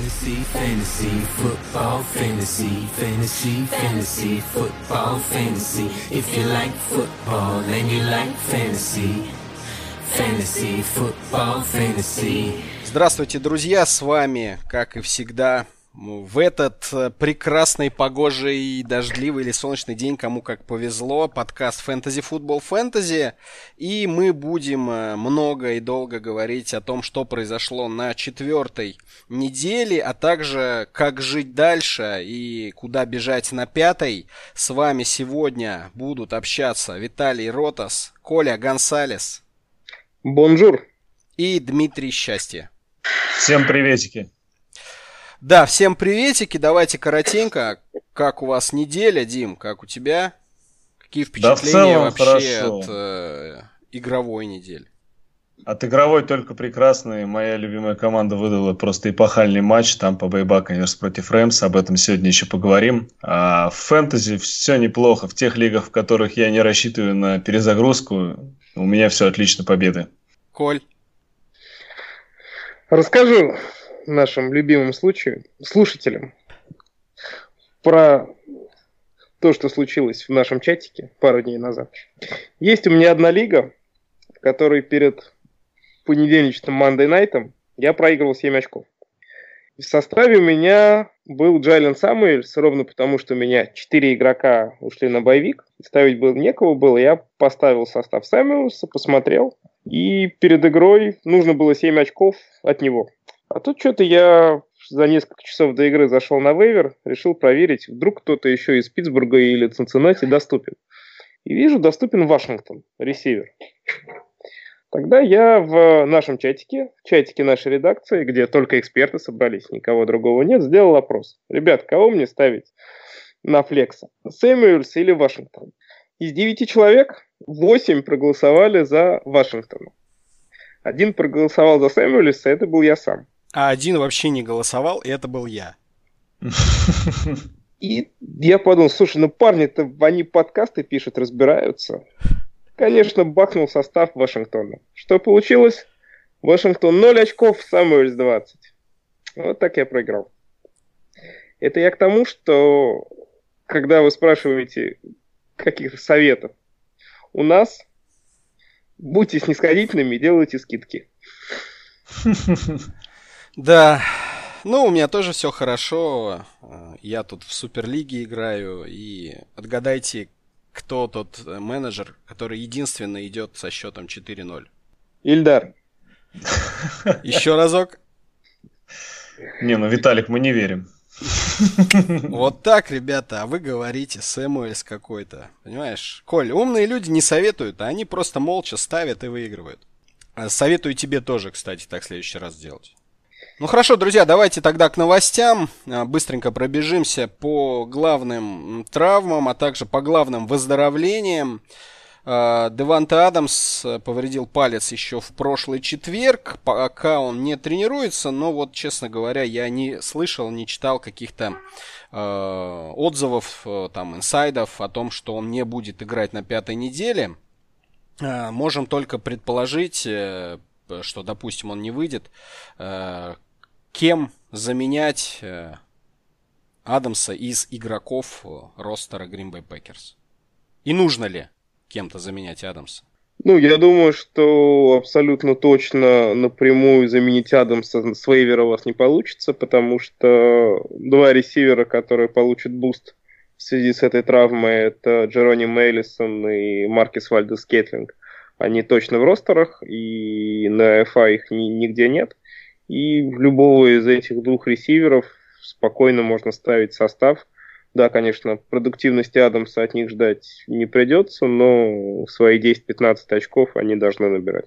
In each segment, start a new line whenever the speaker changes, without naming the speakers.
Fantasy, fantasy, football, fantasy, fantasy, fantasy, football, fantasy. If you like football and you like fantasy, fantasy, football, fantasy.
Здравствуйте, друзья, с вами, как и всегда, в этот прекрасный, погожий, дождливый или солнечный день, кому как повезло, подкаст Fantasy Football Fantasy. И мы будем много и долго говорить о том, что произошло на 4-й неделе, а также как жить дальше и куда бежать на 5-й. С вами сегодня будут общаться Виталий Ротас, Коля Гонсалес.
Бонжур.
И Дмитрий Счастье.
Всем приветики.
Да, всем приветики, давайте коротенько. Как у вас неделя, Дим, как у тебя? Какие впечатления вообще от игровой недели?
От игровой только прекрасной. Моя любимая команда выдала просто эпохальный матч. Тампа Бэй Баканерс против Рэмс. Об этом сегодня еще поговорим. А в фэнтези все неплохо. В тех лигах, в которых я не рассчитываю на перезагрузку, у меня все отлично, победы.
Коль?
Расскажу нашим любимым слушателям про то, что случилось в нашем чатике пару дней назад. Есть у меня одна лига, в которой перед понедельничным Monday Night'ом я проигрывал 7 очков. В составе у меня был Джайлен Самуэльс, ровно потому, что у меня 4 игрока ушли на боевик. Ставить было некого было. Я поставил состав Самуэльса, посмотрел. И перед игрой нужно было 7 очков от него. А тут что-то я за несколько часов до игры зашел на вейвер, решил проверить, вдруг кто-то еще из Питтсбурга или Цинциннати доступен. И вижу, доступен Вашингтон, ресивер. Тогда я в нашем чатике, в чатике нашей редакции, где только эксперты собрались, никого другого нет, сделал опрос. Ребят, кого мне ставить на флекса? Сэмюэльс или Вашингтон? Из 9 человек 8 проголосовали за Вашингтона. 1 проголосовал за Сэмюэльса, это был я сам.
А 1 вообще не голосовал, и это был я.
И я подумал, слушай, парни-то, они подкасты пишут, разбираются. Конечно, бахнул состав Вашингтона. Что получилось? Вашингтон 0 очков, Самуэльс 20. Вот так я проиграл. Это я к тому, что когда вы спрашиваете каких-то советов, у нас будьте снисходительными и делайте скидки.
Да, у меня тоже все хорошо. Я тут в Суперлиге играю. И отгадайте, кто тот менеджер, который единственный идет со счетом 4-0.
Ильдар.
Еще разок.
Не, Виталик, мы не верим.
Вот так, ребята, а вы говорите, Сэмуэльс какой-то. Понимаешь? Коль, умные люди не советуют, а они просто молча ставят и выигрывают. Советую тебе тоже, кстати, так в следующий раз делать. Хорошо, друзья, давайте тогда к новостям. Быстренько пробежимся по главным травмам, а также по главным выздоровлениям. Деванте Адамс повредил палец еще в прошлый четверг. Пока он не тренируется, но честно говоря, я не слышал, не читал каких-то отзывов, инсайдов о том, что он не будет играть на 5-й неделе. Можем только предположить, что, допустим, он не выйдет. Кем заменять Адамса из игроков ростера Green Bay Packers? И нужно ли кем-то заменять Адамса?
Я думаю, что абсолютно точно напрямую заменить Адамса с вейвера у вас не получится, потому что 2 ресивера, которые получат буст в связи с этой травмой, это Джероним Эллисон и Маркис Вальдес-Скейтлинг. Они точно в ростерах, и на FA их нигде нет. И в любого из этих 2 ресиверов спокойно можно ставить состав. Да, конечно, продуктивности Адамса от них ждать не придется, но свои 10-15 очков они должны набирать.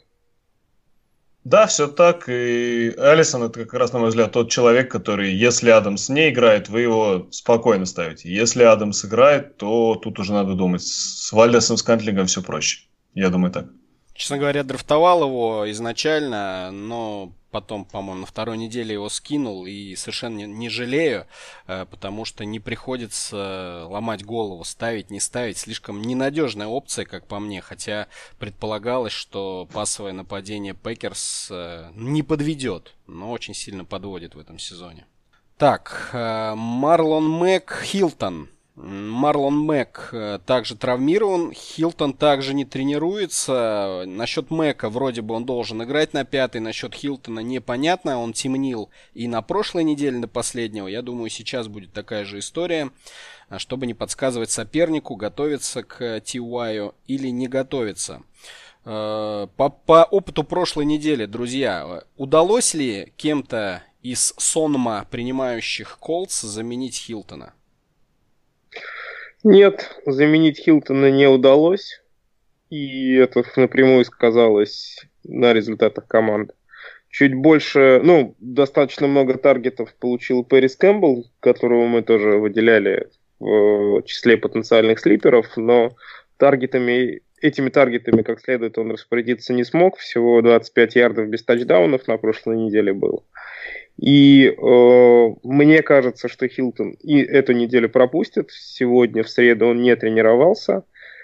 Да, все так. И Эллисон — это как раз, на мой взгляд, тот человек, который, если Адамс не играет, вы его спокойно ставите. Если Адамс играет, то тут уже надо думать. С Вальдесом, с Кантлингом все проще. Я думаю так.
Честно говоря, драфтовал его изначально, но потом, по-моему, на 2-й неделе его скинул и совершенно не жалею, потому что не приходится ломать голову, ставить, не ставить. Слишком ненадежная опция, как по мне, хотя предполагалось, что пасовое нападение Пекерс не подведет, но очень сильно подводит в этом сезоне. Так, Марлон Мэг, Хилтон. Марлон Мэг также травмирован, Хилтон также не тренируется. Насчет Мэка вроде бы он должен играть на пятой, насчет Хилтона непонятно, он темнил и на прошлой неделе до последнего. Я думаю, сейчас будет такая же история, чтобы не подсказывать сопернику, готовиться к TY или не готовиться. По опыту прошлой недели, друзья, удалось ли кем-то из сонма принимающих Колтс заменить Хилтона?
Нет, заменить Хилтона не удалось, и это напрямую сказалось на результатах команды. Чуть больше, достаточно много таргетов получил Пэрис Кэмпбелл, которого мы тоже выделяли в числе потенциальных слиперов, но этими таргетами как следует он распорядиться не смог, всего 25 ярдов без тачдаунов на прошлой неделе было. И мне кажется, что Хилтон и эту неделю пропустит. Сегодня, в среду, он не тренировался.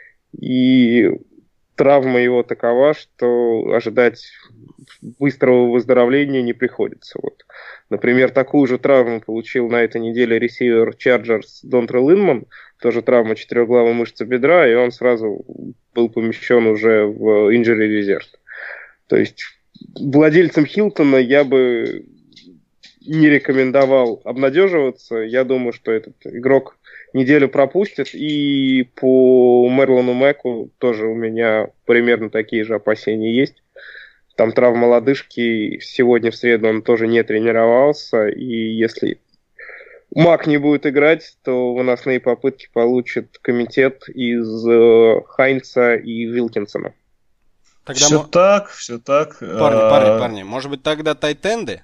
И травма его такова, что ожидать быстрого выздоровления не приходится. Вот. Например, такую же травму получил на этой неделе ресивер Chargers Донтрел Инман. Тоже травма четырехглавой мышцы бедра, и он сразу был помещен уже в injury reserve. То есть владельцам Хилтона я бы не рекомендовал обнадеживаться. Я думаю, что этот игрок неделю пропустит. И по Мерлону Мэку тоже у меня примерно такие же опасения есть. Там травма лодыжки. Сегодня в среду он тоже не тренировался. И если Мак не будет играть, то выносные попытки получит комитет из Хайнца и Вилкинсона.
Тогда
все так.
Парни, может быть тогда тайтенды?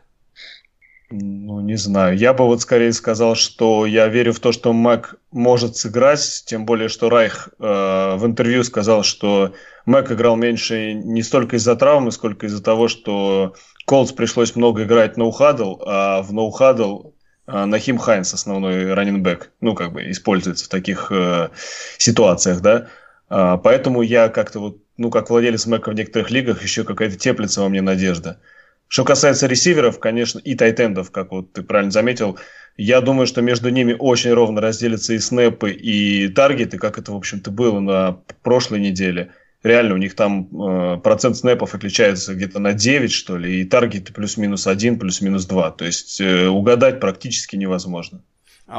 Не знаю. Я бы скорее сказал, что я верю в то, что Мак может сыграть, тем более, что Райх в интервью сказал, что Мак играл меньше не столько из-за травмы, сколько из-за того, что Колтс пришлось много играть ноу-хадл, а в ноу-хадл Нахим Хайнс, основной раннинг-бэк, используется в таких ситуациях, да. Поэтому я как-то как владелец Мэка в некоторых лигах, еще какая-то теплится во мне надежда. Что касается ресиверов, конечно, и тайтендов, как ты правильно заметил, я думаю, что между ними очень ровно разделятся и снэпы, и таргеты, как это, в общем-то, было на прошлой неделе. Реально, у них там процент снэпов отличается где-то на 9, что ли, и таргеты плюс-минус 1, плюс-минус 2. То есть угадать практически невозможно.
А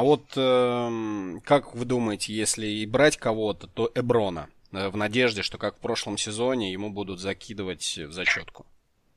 как вы думаете, если и брать кого-то, то Эброна, в надежде, что как в прошлом сезоне ему будут закидывать в зачетку?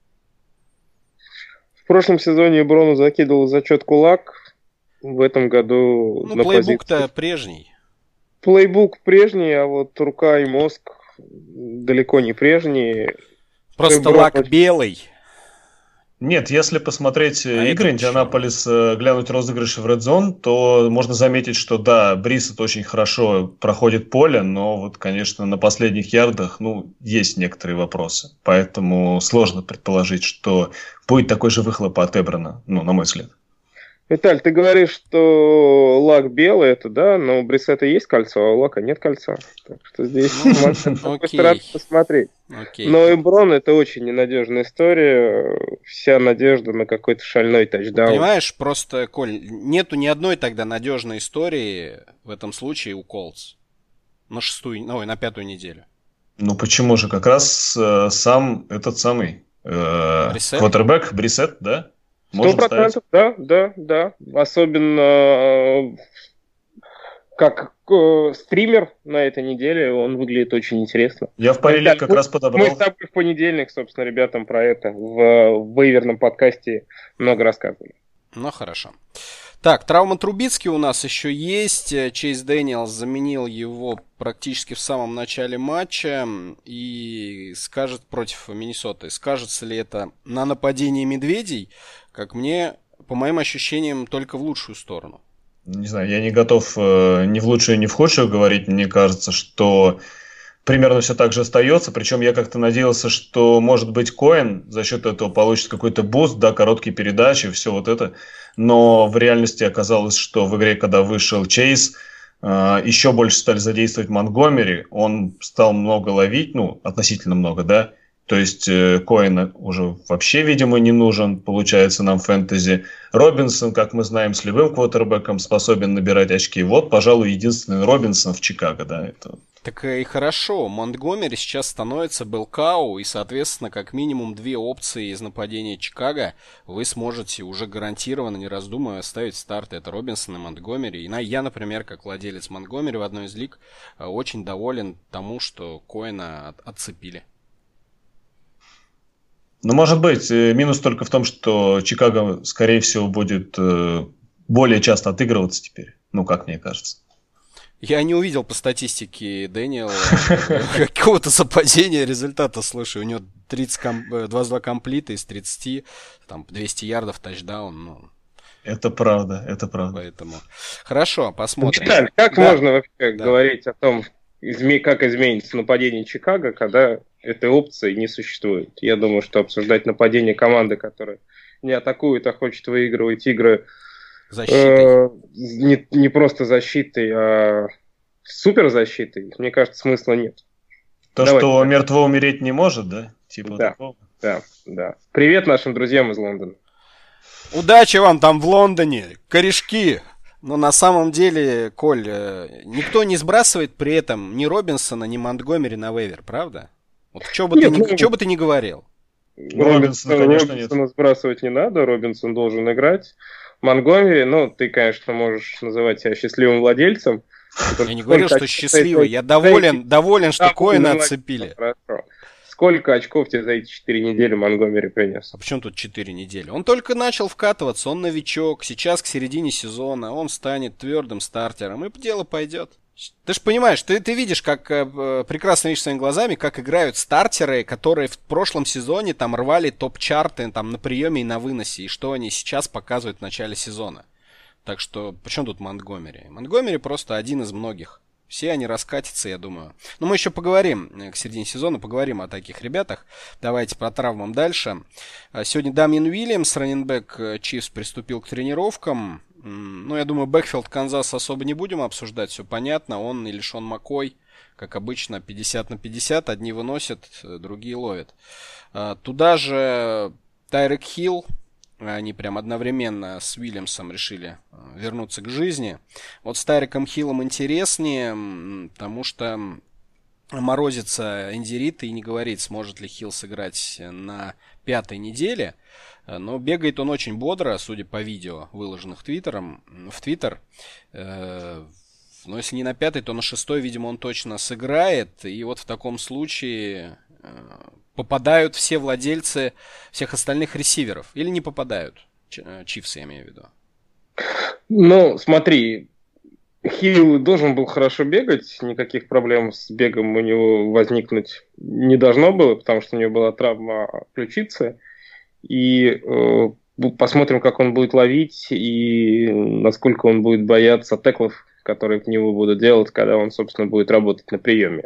В прошлом сезоне Брону закидывал зачетку Лак. В этом году на
плейбук-то
позиции...
прежний.
Плейбук прежний, а вот рука и мозг далеко не прежние.
Просто Лак белый.
Нет, если посмотреть игры Индианаполис, глянуть розыгрыши в Red Zone, то можно заметить, что да, Брисет очень хорошо проходит поле, но конечно, на последних ярдах, есть некоторые вопросы. Поэтому сложно предположить, что будет такой же выхлоп от Эброна, на мой взгляд.
Виталь, ты говоришь, что Лак белый, это да, но у Брисета есть кольцо, а у Лака нет кольца. Так что здесь можно с такой стороны посмотреть. Но Эброн — это очень ненадежная история. Вся надежда на какой-то шальной тачдаун.
Понимаешь, просто, Коль, нету ни одной тогда надежной истории в этом случае у Колтс на пятую неделю.
Почему же? Как раз сам этот самый квотербэк Брисет, да?
100%, да. Особенно как стример на этой неделе он выглядит очень интересно.
Я в паре лет как раз подобрал.
Мы с тобой в понедельник, собственно, ребятам про это в вейверном подкасте много рассказывали.
Хорошо. Так, травма Трубицки у нас еще есть. Чейз Дэниелс заменил его практически в самом начале матча и скажет против Миннесоты. Скажется ли это на нападении медведей? Как мне, по моим ощущениям, только в лучшую сторону.
Не знаю, я не готов ни в лучшую, ни в худшую говорить. Мне кажется, что примерно все так же остается. Причем я как-то надеялся, что, может быть, Коэн за счет этого получит какой-то буст, да, короткие передачи, все вот это. Но в реальности оказалось, что в игре, когда вышел Чейз, еще больше стали задействовать Монтгомери. Он стал много ловить, относительно много, да. То есть Коэн уже вообще, видимо, не нужен, получается, нам в фэнтези. Робинсон, как мы знаем, с любым квотербеком способен набирать очки. Вот, пожалуй, единственный Робинсон в Чикаго, да, это...
Так и хорошо, Монтгомери сейчас становится Белкау, и, соответственно, как минимум 2 опции из нападения Чикаго вы сможете уже гарантированно, не раздумывая, ставить старты. Это Робинсон и Монтгомери. И я, например, как владелец Монтгомери в одной из лиг, очень доволен тому, что Коэна отцепили.
Ну, может быть, минус только в том, что Чикаго, скорее всего, будет более часто отыгрываться теперь. Ну, как мне кажется.
Я не увидел по статистике Дэниела какого-то совпадения результата. Слушай, у него 22 комплита из 30, там 200 ярдов, тачдаун. Ну.
Это правда, это правда.
Поэтому хорошо, посмотрим.
Виталий, как можно вообще говорить о том, как изменится нападение Чикаго, когда этой опции не существует? Я думаю, что обсуждать нападение команды, которая не атакует, а хочет выигрывать игры защитой. Не просто защитой, а суперзащитой, мне кажется, смысла нет.
Что мертво умереть не может, да? Типа
да,
такого?
Да. Привет нашим друзьям из Лондона.
Удачи вам там в Лондоне, корешки! Но на самом деле, Коль, никто не сбрасывает при этом ни Робинсона, ни Монтгомери на вейвер, правда? Вот что бы ты ни говорил.
Робинсона сбрасывать не надо, Робинсон должен играть. Монтгомери, ты, конечно, можешь называть себя счастливым владельцем.
Я не говорил, что счастливый, я доволен, что Коэна отцепили.
Хорошо. Сколько очков тебе за эти 4 недели Монтгомери принес?
А почему тут 4 недели? Он только начал вкатываться, он новичок, сейчас к середине сезона он станет твердым стартером, и дело пойдет. Ты же понимаешь, ты видишь, как прекрасно видишь своими глазами, как играют стартеры, которые в прошлом сезоне там рвали топ-чарты там, на приеме и на выносе, и что они сейчас показывают в начале сезона. Так что, почему тут Монтгомери? Монтгомери просто один из многих. Все они раскатятся, я думаю. Но мы еще поговорим к середине сезона, поговорим о таких ребятах. Давайте по травмам дальше. Сегодня Дамьен Уильямс, раннинбэк Чифс, приступил к тренировкам. Я думаю, бэкфилд Канзас особо не будем обсуждать, все понятно. Он или Шон Маккой, как обычно, 50/50. Одни выносят, другие ловят. Туда же Тайрек Хилл. Они прям одновременно с Уильямсом решили вернуться к жизни. Вот с Тайреком Хиллом интереснее, потому что морозится Энди и не говорит, сможет ли Хилл сыграть на 5-й неделе. Но бегает он очень бодро, судя по видео, выложенных в Твиттер. Но если не на 5-й, то на 6-й, видимо, он точно сыграет. И вот в таком случае попадают все владельцы всех остальных ресиверов. Или не попадают? Чифсы, я имею в виду.
Смотри, Хилл должен был хорошо бегать. Никаких проблем с бегом у него возникнуть не должно было, потому что у него была травма ключицы. И посмотрим, как он будет ловить и насколько он будет бояться теклов, которые к нему будут делать, когда он, собственно, будет работать на приеме.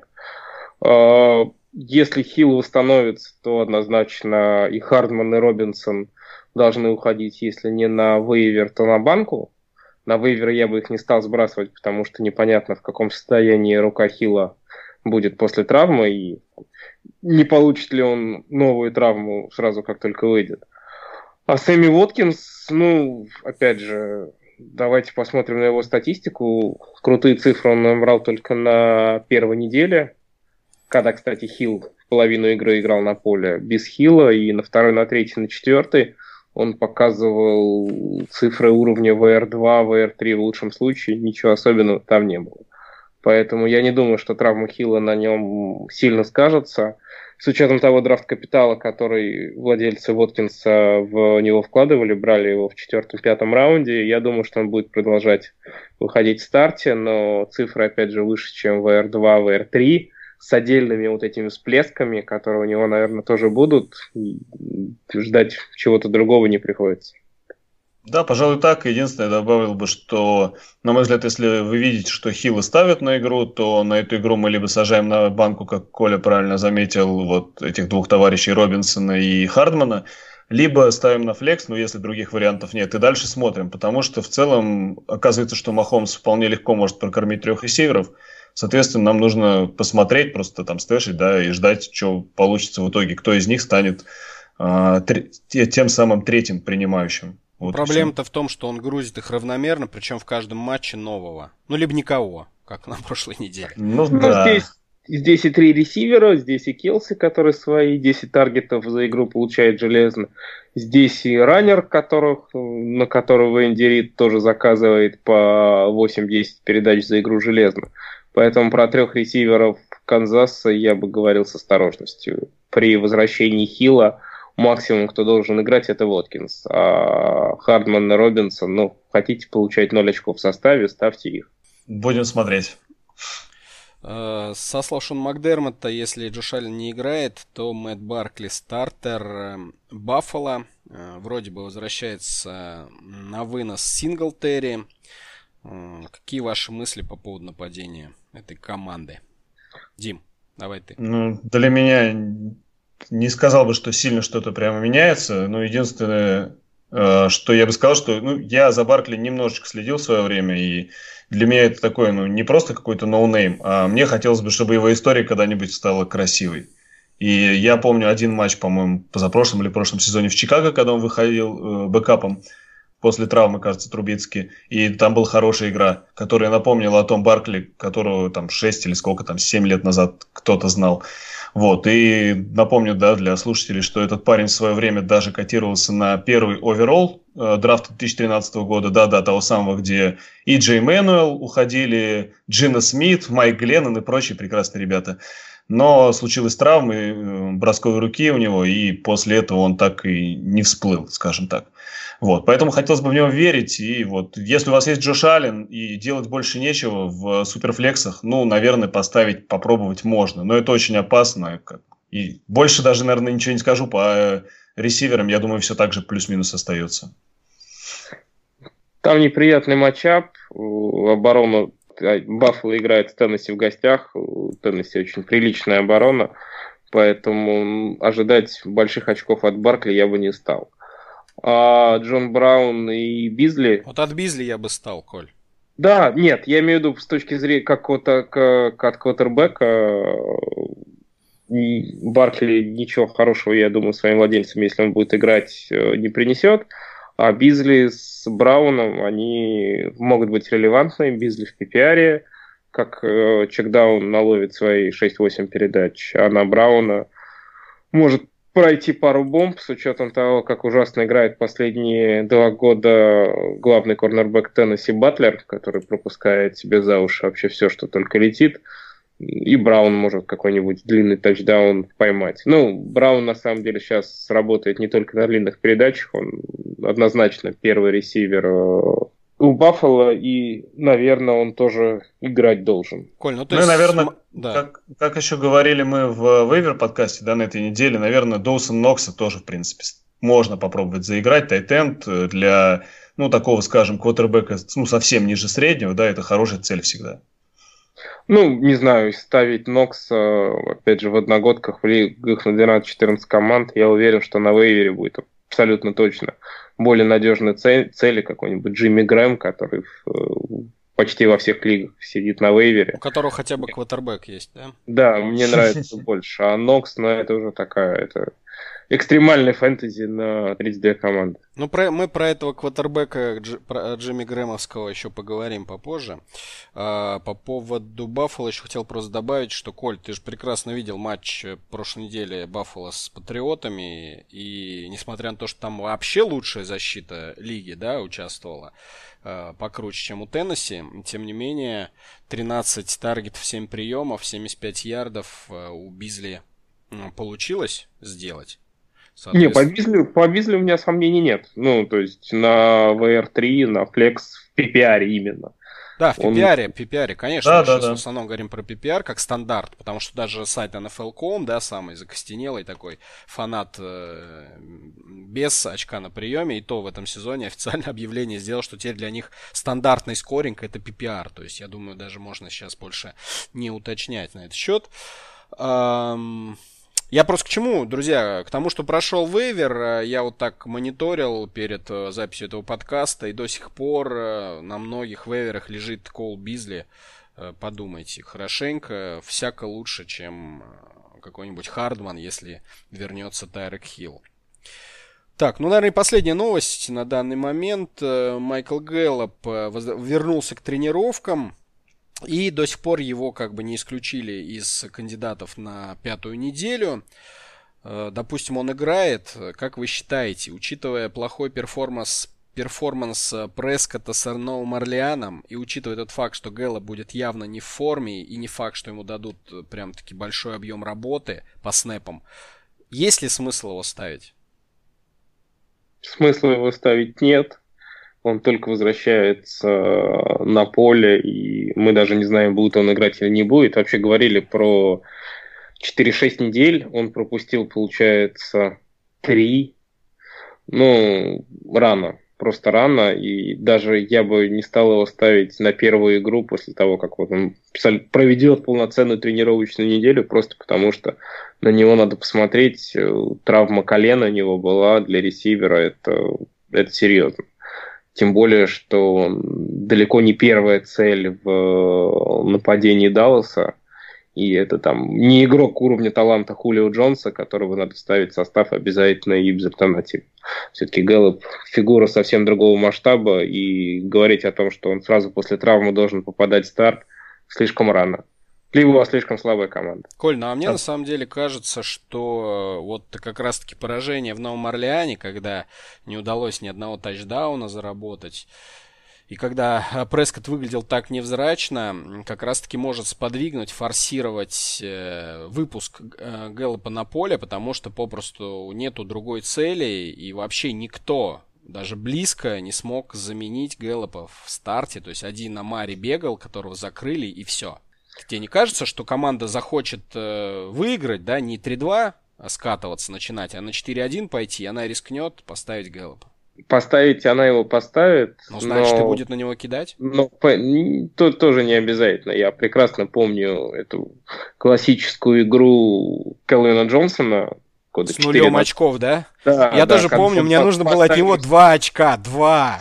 Если Хилл восстановится, то однозначно и Хардман, и Робинсон должны уходить, если не на вейвер, то на банку. На вейвер я бы их не стал сбрасывать, потому что непонятно, в каком состоянии рука Хилла будет после травмы, и не получит ли он новую травму сразу, как только выйдет. А Сэмми Уоткинс, опять же, давайте посмотрим на его статистику. Крутые цифры он набрал только на первой неделе, когда, кстати, Хилл половину игры играл на поле без Хилла, и на второй, на третий, на четвертый он показывал цифры уровня VR2, VR3 в лучшем случае, ничего особенного там не было. Поэтому я не думаю, что травма Хилла на нем сильно скажется. С учетом того драфт-капитала, который владельцы Воткинса в него вкладывали, брали его в 4-5 раунде, я думаю, что он будет продолжать выходить в старте, но цифры, опять же, выше, чем VR2, VR3, с отдельными вот этими всплесками, которые у него, наверное, тоже будут. Ждать чего-то другого не приходится.
Да, пожалуй, так. Единственное, я добавил бы, что, на мой взгляд, если вы видите, что Хилла ставят на игру, то на эту игру мы либо сажаем на банку, как Коля правильно заметил, вот этих двух товарищей Робинсона и Хардмана, либо ставим на флекс, если других вариантов нет, и дальше смотрим, потому что в целом оказывается, что Махомс вполне легко может прокормить 3 ресиверов. Соответственно, нам нужно посмотреть, просто там стэшить, да, и ждать, что получится в итоге, кто из них станет тем самым третьим принимающим. Вот
проблема-то в том, что он грузит их равномерно, причем в каждом матче нового. Ну, либо никого, как на прошлой неделе.
Ну да.
Здесь и 3 ресивера, здесь и Келси, который свои 10 таргетов за игру получает железно. Здесь и раннер, на которого Энди Рид тоже заказывает по 8-10 передач за игру железно. Поэтому про 3 ресиверов Канзаса я бы говорил с осторожностью. При возвращении Хилла максимум, кто должен играть, это Воткинс. А Хардман и Робинсон, хотите получать 0 очков в составе, ставьте их.
Будем смотреть.
Со слов Шона Макдермотта, если Джош Аллен не играет, то Мэтт Баркли стартер Баффало. Вроде бы возвращается на вынос Синглтери. Какие ваши мысли по поводу нападения этой команды? Дим, давай ты.
Для меня не сказал бы, что сильно что-то прямо меняется. Но единственное, что я бы сказал, что я за Баркли немножечко следил в свое время, и для меня это такой, не просто какой-то ноунейм, а мне хотелось бы, чтобы его история когда-нибудь стала красивой. И я помню один матч, по-моему, позапрошлом или прошлом сезоне в Чикаго, когда он выходил бэкапом после травмы, кажется, Трубицки, и там была хорошая игра, которая напомнила о том Баркли, которого там 6 или сколько там, 7 лет назад кто-то знал. Вот, и напомню, да, для слушателей, что этот парень в свое время даже котировался на первый оверолл драфта 2013 года, да, того самого, где и Джей Мэнуэл уходили, Джина Смит, Майк Гленнон и прочие прекрасные ребята. Но случилась травма бросковой руки у него, и после этого он так и не всплыл, скажем так. Вот, поэтому хотелось бы в него верить, и вот, если у вас есть Джош Аллен и делать больше нечего в суперфлексах, наверное, попробовать можно, но это очень опасно, и больше даже, наверное, ничего не скажу по ресиверам, я думаю, все так же плюс-минус остается.
Там неприятный матчап, оборона Баффало играет с Теннесси в гостях, у Теннесси очень приличная оборона, поэтому ожидать больших очков от Баркли я бы не стал. А Джон Браун и Бизли...
Вот от Бизли я бы стал, Коль.
Да, нет, я имею в виду с точки зрения как от квотербека. Баркли ничего хорошего, я думаю, своим владельцам, если он будет играть, не принесет. А Бизли с Брауном, они могут быть релевантны. Бизли в PPR, как чекдаун наловит свои 6-8 передач, а на Брауна может пройти пару бомб, с учетом того, как ужасно играет последние 2 года главный корнербэк Теннесси Батлер, который пропускает себе за уши вообще все, что только летит. И Браун может какой-нибудь длинный тачдаун поймать. Браун на самом деле сейчас работает не только на длинных передачах, он однозначно первый ресивер у Баффало, и, наверное, он тоже играть должен.
Коль, то есть...
наверное, да. как еще говорили мы в Вейвер подкасте, да, на этой неделе, наверное, Доусон Нокса тоже, в принципе, можно попробовать заиграть. Тайт-энд для, такого, скажем, квотербека, совсем ниже среднего, да, это хорошая цель всегда.
Не знаю, ставить Нокса, опять же, в одногодках в лигах на 12-14 команд, я уверен, что на вейвере будет абсолютно точно более надежной цели, какой-нибудь Джимми Грэм, который почти во всех лигах сидит на вейвере.
У которого хотя бы квотербек есть, да?
Да, мне нравится больше. А Нокс, это уже такая, экстремальный фэнтези на 32 команды.
Мы про этого квотербека Джимми Грэмовского еще поговорим попозже. По поводу Баффало еще хотел просто добавить, что, Коль, ты же прекрасно видел матч прошлой недели Баффало с Патриотами, и несмотря на то, что там вообще лучшая защита лиги, да, участвовала, покруче, чем у Теннесси, тем не менее 13 таргетов, 7 приемов, 75 ярдов у Бизли получилось сделать.
Не, по Бизли у меня сомнений нет. То есть на VR3, на Flex, в PPR именно.
Да, в PPR, конечно. Мы сейчас
да.
в основном говорим про PPR как стандарт, потому что даже сайт NFL.com, да, самый закостенелый такой фанат без очка на приеме, и то в этом сезоне официальное объявление сделал, что теперь для них стандартный скоринг это PPR. То есть, я думаю, даже можно сейчас больше не уточнять на этот счет. Я просто к чему, друзья? К тому, что прошел вейвер, я вот так мониторил перед записью этого подкаста, и до сих пор на многих вейверах лежит Кол Бизли. подумайте хорошенько. Всяко лучше, чем какой-нибудь Хардман, если вернется Тайрек Хилл. Так, ну, наверное, и последняя новость на данный момент. Майкл Гэллоп вернулся к тренировкам, и до сих пор его как бы не исключили из кандидатов на 5-ю неделю. Допустим, он играет. Как вы считаете, учитывая плохой перформанс Прескотта с Новым Орлеаном, и учитывая тот факт, что Гэллоп будет явно не в форме, и не факт, что ему дадут прям-таки большой объем работы по снэпам, есть ли смысл его ставить?
Смысла его ставить нет. Он только возвращается на поле, и мы даже не знаем, будет он играть или не будет. Вообще говорили про 4-6 недель. Он пропустил, получается, 3. Ну, рано. Просто рано. И даже я бы не стал его ставить на первую игру после того, как вот он проведет полноценную тренировочную неделю, просто потому что на него надо посмотреть. Травма колена у него была для ресивера. Это серьезно. Тем более, что далеко не первая цель в нападении Далласа. И это там не игрок уровня таланта Хулио Джонса, которого надо ставить в состав обязательно и без альтернатив. Все-таки Гэллоп фигура совсем другого масштаба, и говорить о том, что он сразу после травмы должен попадать в старт, слишком рано. Либо слишком слабая команда.
Коль, ну а мне на самом деле кажется, что вот как раз-таки поражение в Новом Орлеане, когда не удалось ни одного тачдауна заработать, и когда Прескотт выглядел так невзрачно, как раз-таки может сподвигнуть, форсировать выпуск Гэллопа на поле, потому что попросту нету другой цели, и вообще никто даже близко не смог заменить Гэллопа в старте. То есть один Амари бегал, которого закрыли, и все. Тебе не кажется, что команда захочет выиграть, да, не 3-2 скатываться начинать, а на 4-1 пойти, она рискнет поставить Гэллопа?
Поставить она его поставит.
Ну, значит, и будет на него кидать?
Но тут тоже не обязательно. Я прекрасно помню эту классическую игру Келвина Джонсона.
С нулем очков, да?
Да,
я тоже помню, мне нужно было от него 2 очка. 2!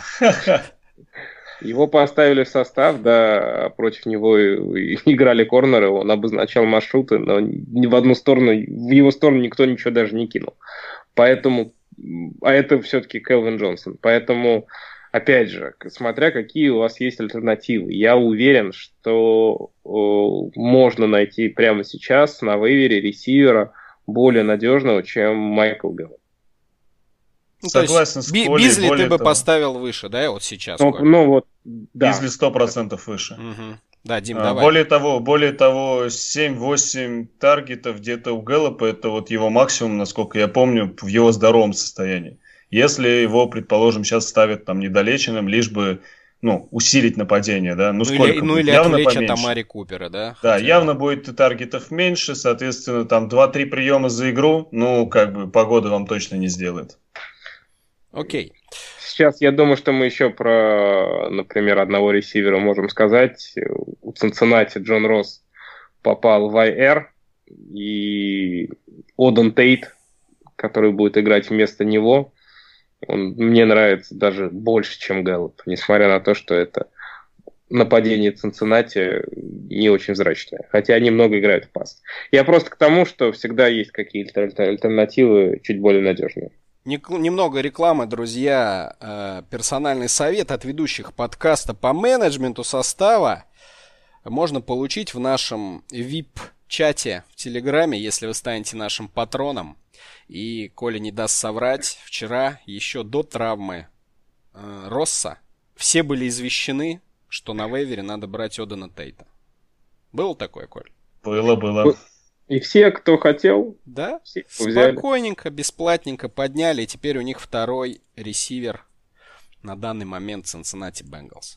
Его поставили в состав, да, против него играли корнеры, он обозначал маршруты, но ни в одну сторону, в его сторону никто ничего даже не кинул. Поэтому, а это все-таки Келвин Джонсон. Поэтому, опять же, смотря какие у вас есть альтернативы, я уверен, что можно найти прямо сейчас на вейвере ресивера более надежного, чем Майкл Гэллоп.
Ну, согласен с Колей. Бизли ты бы поставил выше, да, вот сейчас?
Ну вот, да.
Бизли 100% выше.
Угу. Да, Дим, давай.
Более того, 7-8 таргетов где-то у Гэллопа, это вот его максимум, насколько я помню, в его здоровом состоянии. Если его, предположим, сейчас ставят там недолеченным, лишь бы, усилить нападение, да, сколько?
Или отвлечь от Амари Купера, да?
Да, явно будет таргетов меньше, соответственно, там 2-3 приема за игру, погода вам точно не сделает.
Окей.
Сейчас я думаю, что мы еще про, например, одного ресивера можем сказать. У Цинциннати Джон Росс попал в IR, и Оден Тейт, который будет играть вместо него, он мне нравится даже больше, чем Гэллоп, несмотря на то, что это нападение Цинциннати не очень зрачное. Хотя они много играют в пас. Я просто к тому, что всегда есть какие-то альтернативы чуть более надежные.
Немного рекламы, друзья. Персональный совет от ведущих подкаста по менеджменту состава можно получить в нашем VIP-чате в Телеграме, если вы станете нашим патроном. И Коля не даст соврать, вчера, еще до травмы Росса, все были извещены, что на вейвере надо брать Одена Тейта. Было такое, Коль?
Было.
И все, кто хотел,
да,
все
спокойненько, бесплатненько подняли, и теперь у них второй ресивер на данный момент Cincinnati Bengals.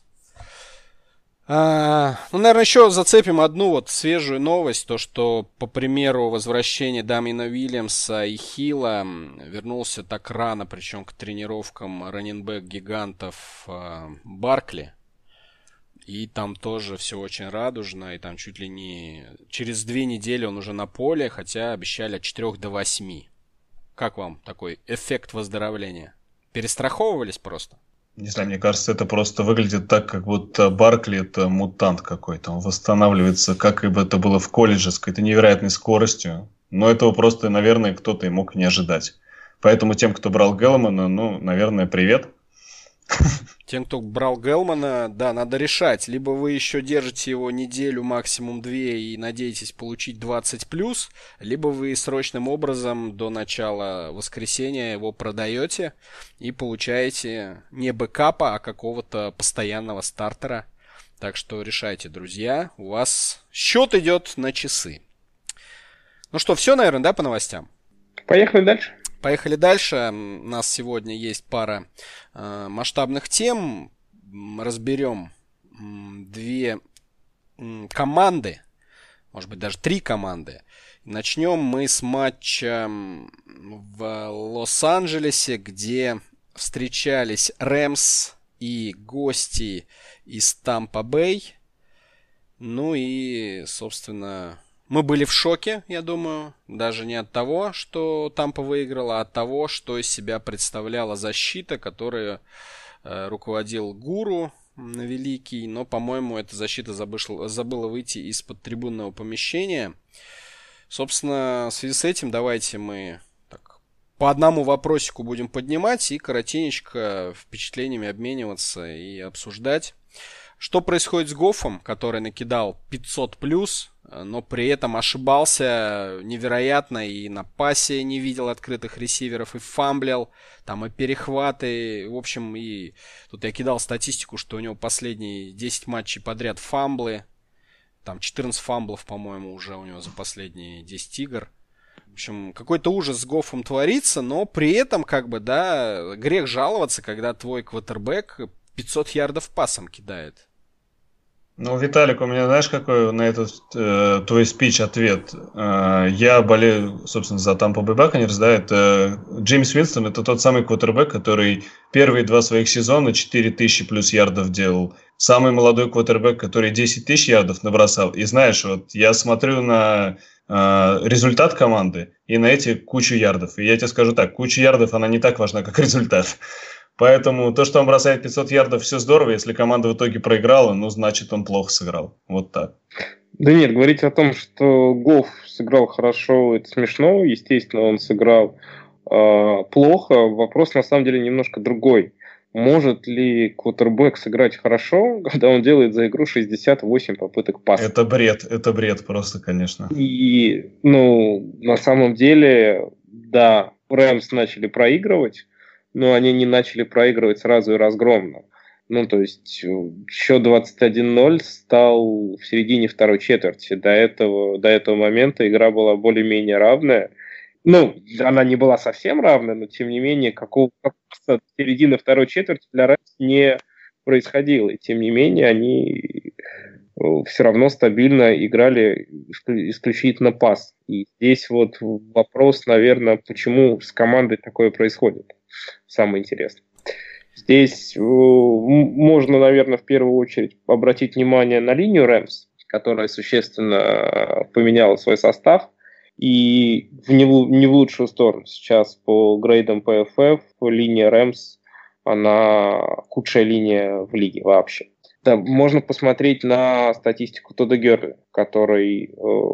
Наверное, еще зацепим одну вот свежую новость, то, что, по примеру возвращения Дамиена Уильямса и Хилла, вернулся так рано, причем к тренировкам раннинбэк гигантов Баркли. И там тоже все очень радужно, и там чуть ли не через 2 недели он уже на поле, хотя обещали от 4 до 8. Как вам такой эффект выздоровления? Перестраховывались просто?
Не знаю, мне кажется, это просто выглядит так, как будто Баркли это мутант какой-то. Он восстанавливается, как и бы это было в колледже, с какой-то невероятной скоростью. Но этого просто, наверное, кто-то и мог не ожидать. Поэтому тем, кто брал Геллмана, наверное, привет.
Тем, кто брал Геллмана, да, надо решать. Либо вы еще держите его неделю, максимум 2, и надеетесь получить 20+, либо вы срочным образом до начала воскресенья его продаете и получаете не бэкапа, а какого-то постоянного стартера. Так что решайте, друзья. У вас счет идет на часы. Ну что, все, наверное, да, по новостям?
Поехали дальше.
Поехали дальше. У нас сегодня есть пара масштабных тем. Разберем 2 команды, может быть, даже 3 команды. Начнем мы с матча в Лос-Анджелесе, где встречались Рэмс и гости из Тампа-Бэй. Ну и, собственно... Мы были в шоке, я думаю, даже не от того, что Тампа выиграла, а от того, что из себя представляла защита, которую руководил Гуру великий, но, по-моему, эта защита забыла выйти из-под трибунного помещения. Собственно, в связи с этим давайте мы так, по одному вопросику будем поднимать и коротенечко впечатлениями обмениваться и обсуждать. Что происходит с Гоффом, который накидал 500+, но при этом ошибался невероятно и на пасе не видел открытых ресиверов, и фамблил, там и перехваты, в общем, и тут я кидал статистику, что у него последние 10 матчей подряд фамблы, там 14 фамблов, по-моему, уже у него за последние 10 игр. В общем, какой-то ужас с Гоффом творится, но при этом, как бы, да, грех жаловаться, когда твой квотербек 500 ярдов пасом кидает.
Ну, Виталик, у меня, знаешь, какой на этот твой спич ответ? Я болею, собственно, за Tampa Bay Buccaneers, да, это Джеймс Уинстон, это тот самый квотербек, который первые 2 своих сезона 4000 плюс ярдов делал. Самый молодой квотербек, который 10 тысяч ярдов набросал. И знаешь, вот я смотрю на результат команды и на эти кучу ярдов. И я тебе скажу так, куча ярдов, она не так важна, как результат. Поэтому то, что он бросает 500 ярдов, все здорово. Если команда в итоге проиграла, ну, значит, он плохо сыграл. Вот так.
Да нет, говорить о том, что Гофф сыграл хорошо, это смешно. Естественно, он сыграл плохо. Вопрос, на самом деле, немножко другой. Может ли квотербек сыграть хорошо, когда он делает за игру 68 попыток паса?
Это бред просто, конечно.
И, на самом деле, да, Рэмс начали проигрывать, но они не начали проигрывать сразу и разгромно. То есть счет 21-0 стал в середине второй четверти. До этого момента игра была более-менее равная. Она не была совсем равная, но тем не менее какого-то середины второй четверти для Рэмс не происходило. И тем не менее они все равно стабильно играли исключительно пас. И здесь вот вопрос, наверное, почему с командой такое происходит. Самое интересное. Здесь можно, наверное, в первую очередь обратить внимание на линию Рэмс, которая существенно поменяла свой состав. И не в лучшую сторону. Сейчас по грейдам PFF линия Рэмс, она худшая линия в лиге вообще. Да, можно посмотреть на статистику Тодда Герли, который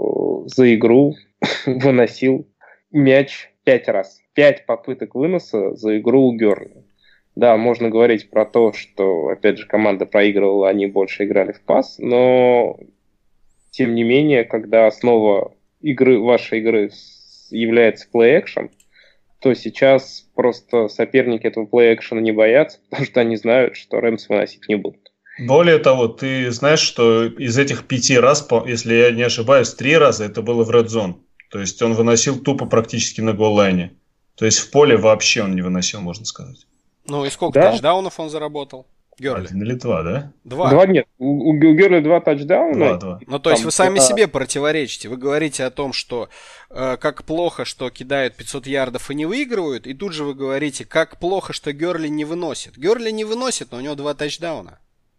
за игру выносил мяч 5 раз. 5 попыток выноса за игру у Герли. Да, можно говорить про то, что, опять же, команда проигрывала, они больше играли в пас, но, тем не менее, когда основа вашей игры является play-action, то сейчас просто соперники этого play-action не боятся, потому что они знают, что Рэмс выносить не будут.
Более того, ты знаешь, что из этих 5 раз, если я не ошибаюсь, 3 раза это было в Red Zone. То есть он выносил тупо практически на голлайне. То есть в поле вообще он не выносил, можно сказать.
Ну и сколько тачдаунов он заработал? Герли.
1 или 2, да?
2 нет. У Герли 2 тачдауна.
2.
Ну, то есть вы сами себе противоречите. Вы говорите о том, что как плохо, что кидают 500 ярдов и не выигрывают, и тут же вы говорите, как плохо, что Герли не выносит. Герли не выносит, но у него 2 тачдауна.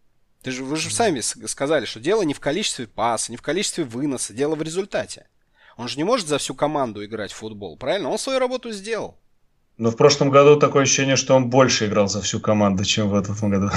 Вы же сами сказали, что дело не в количестве паса, не в количестве выноса, дело в результате. Он же не может за всю команду играть в футбол, правильно? Он свою работу сделал.
Но в прошлом году такое ощущение, что он больше играл за всю команду, чем в этом году.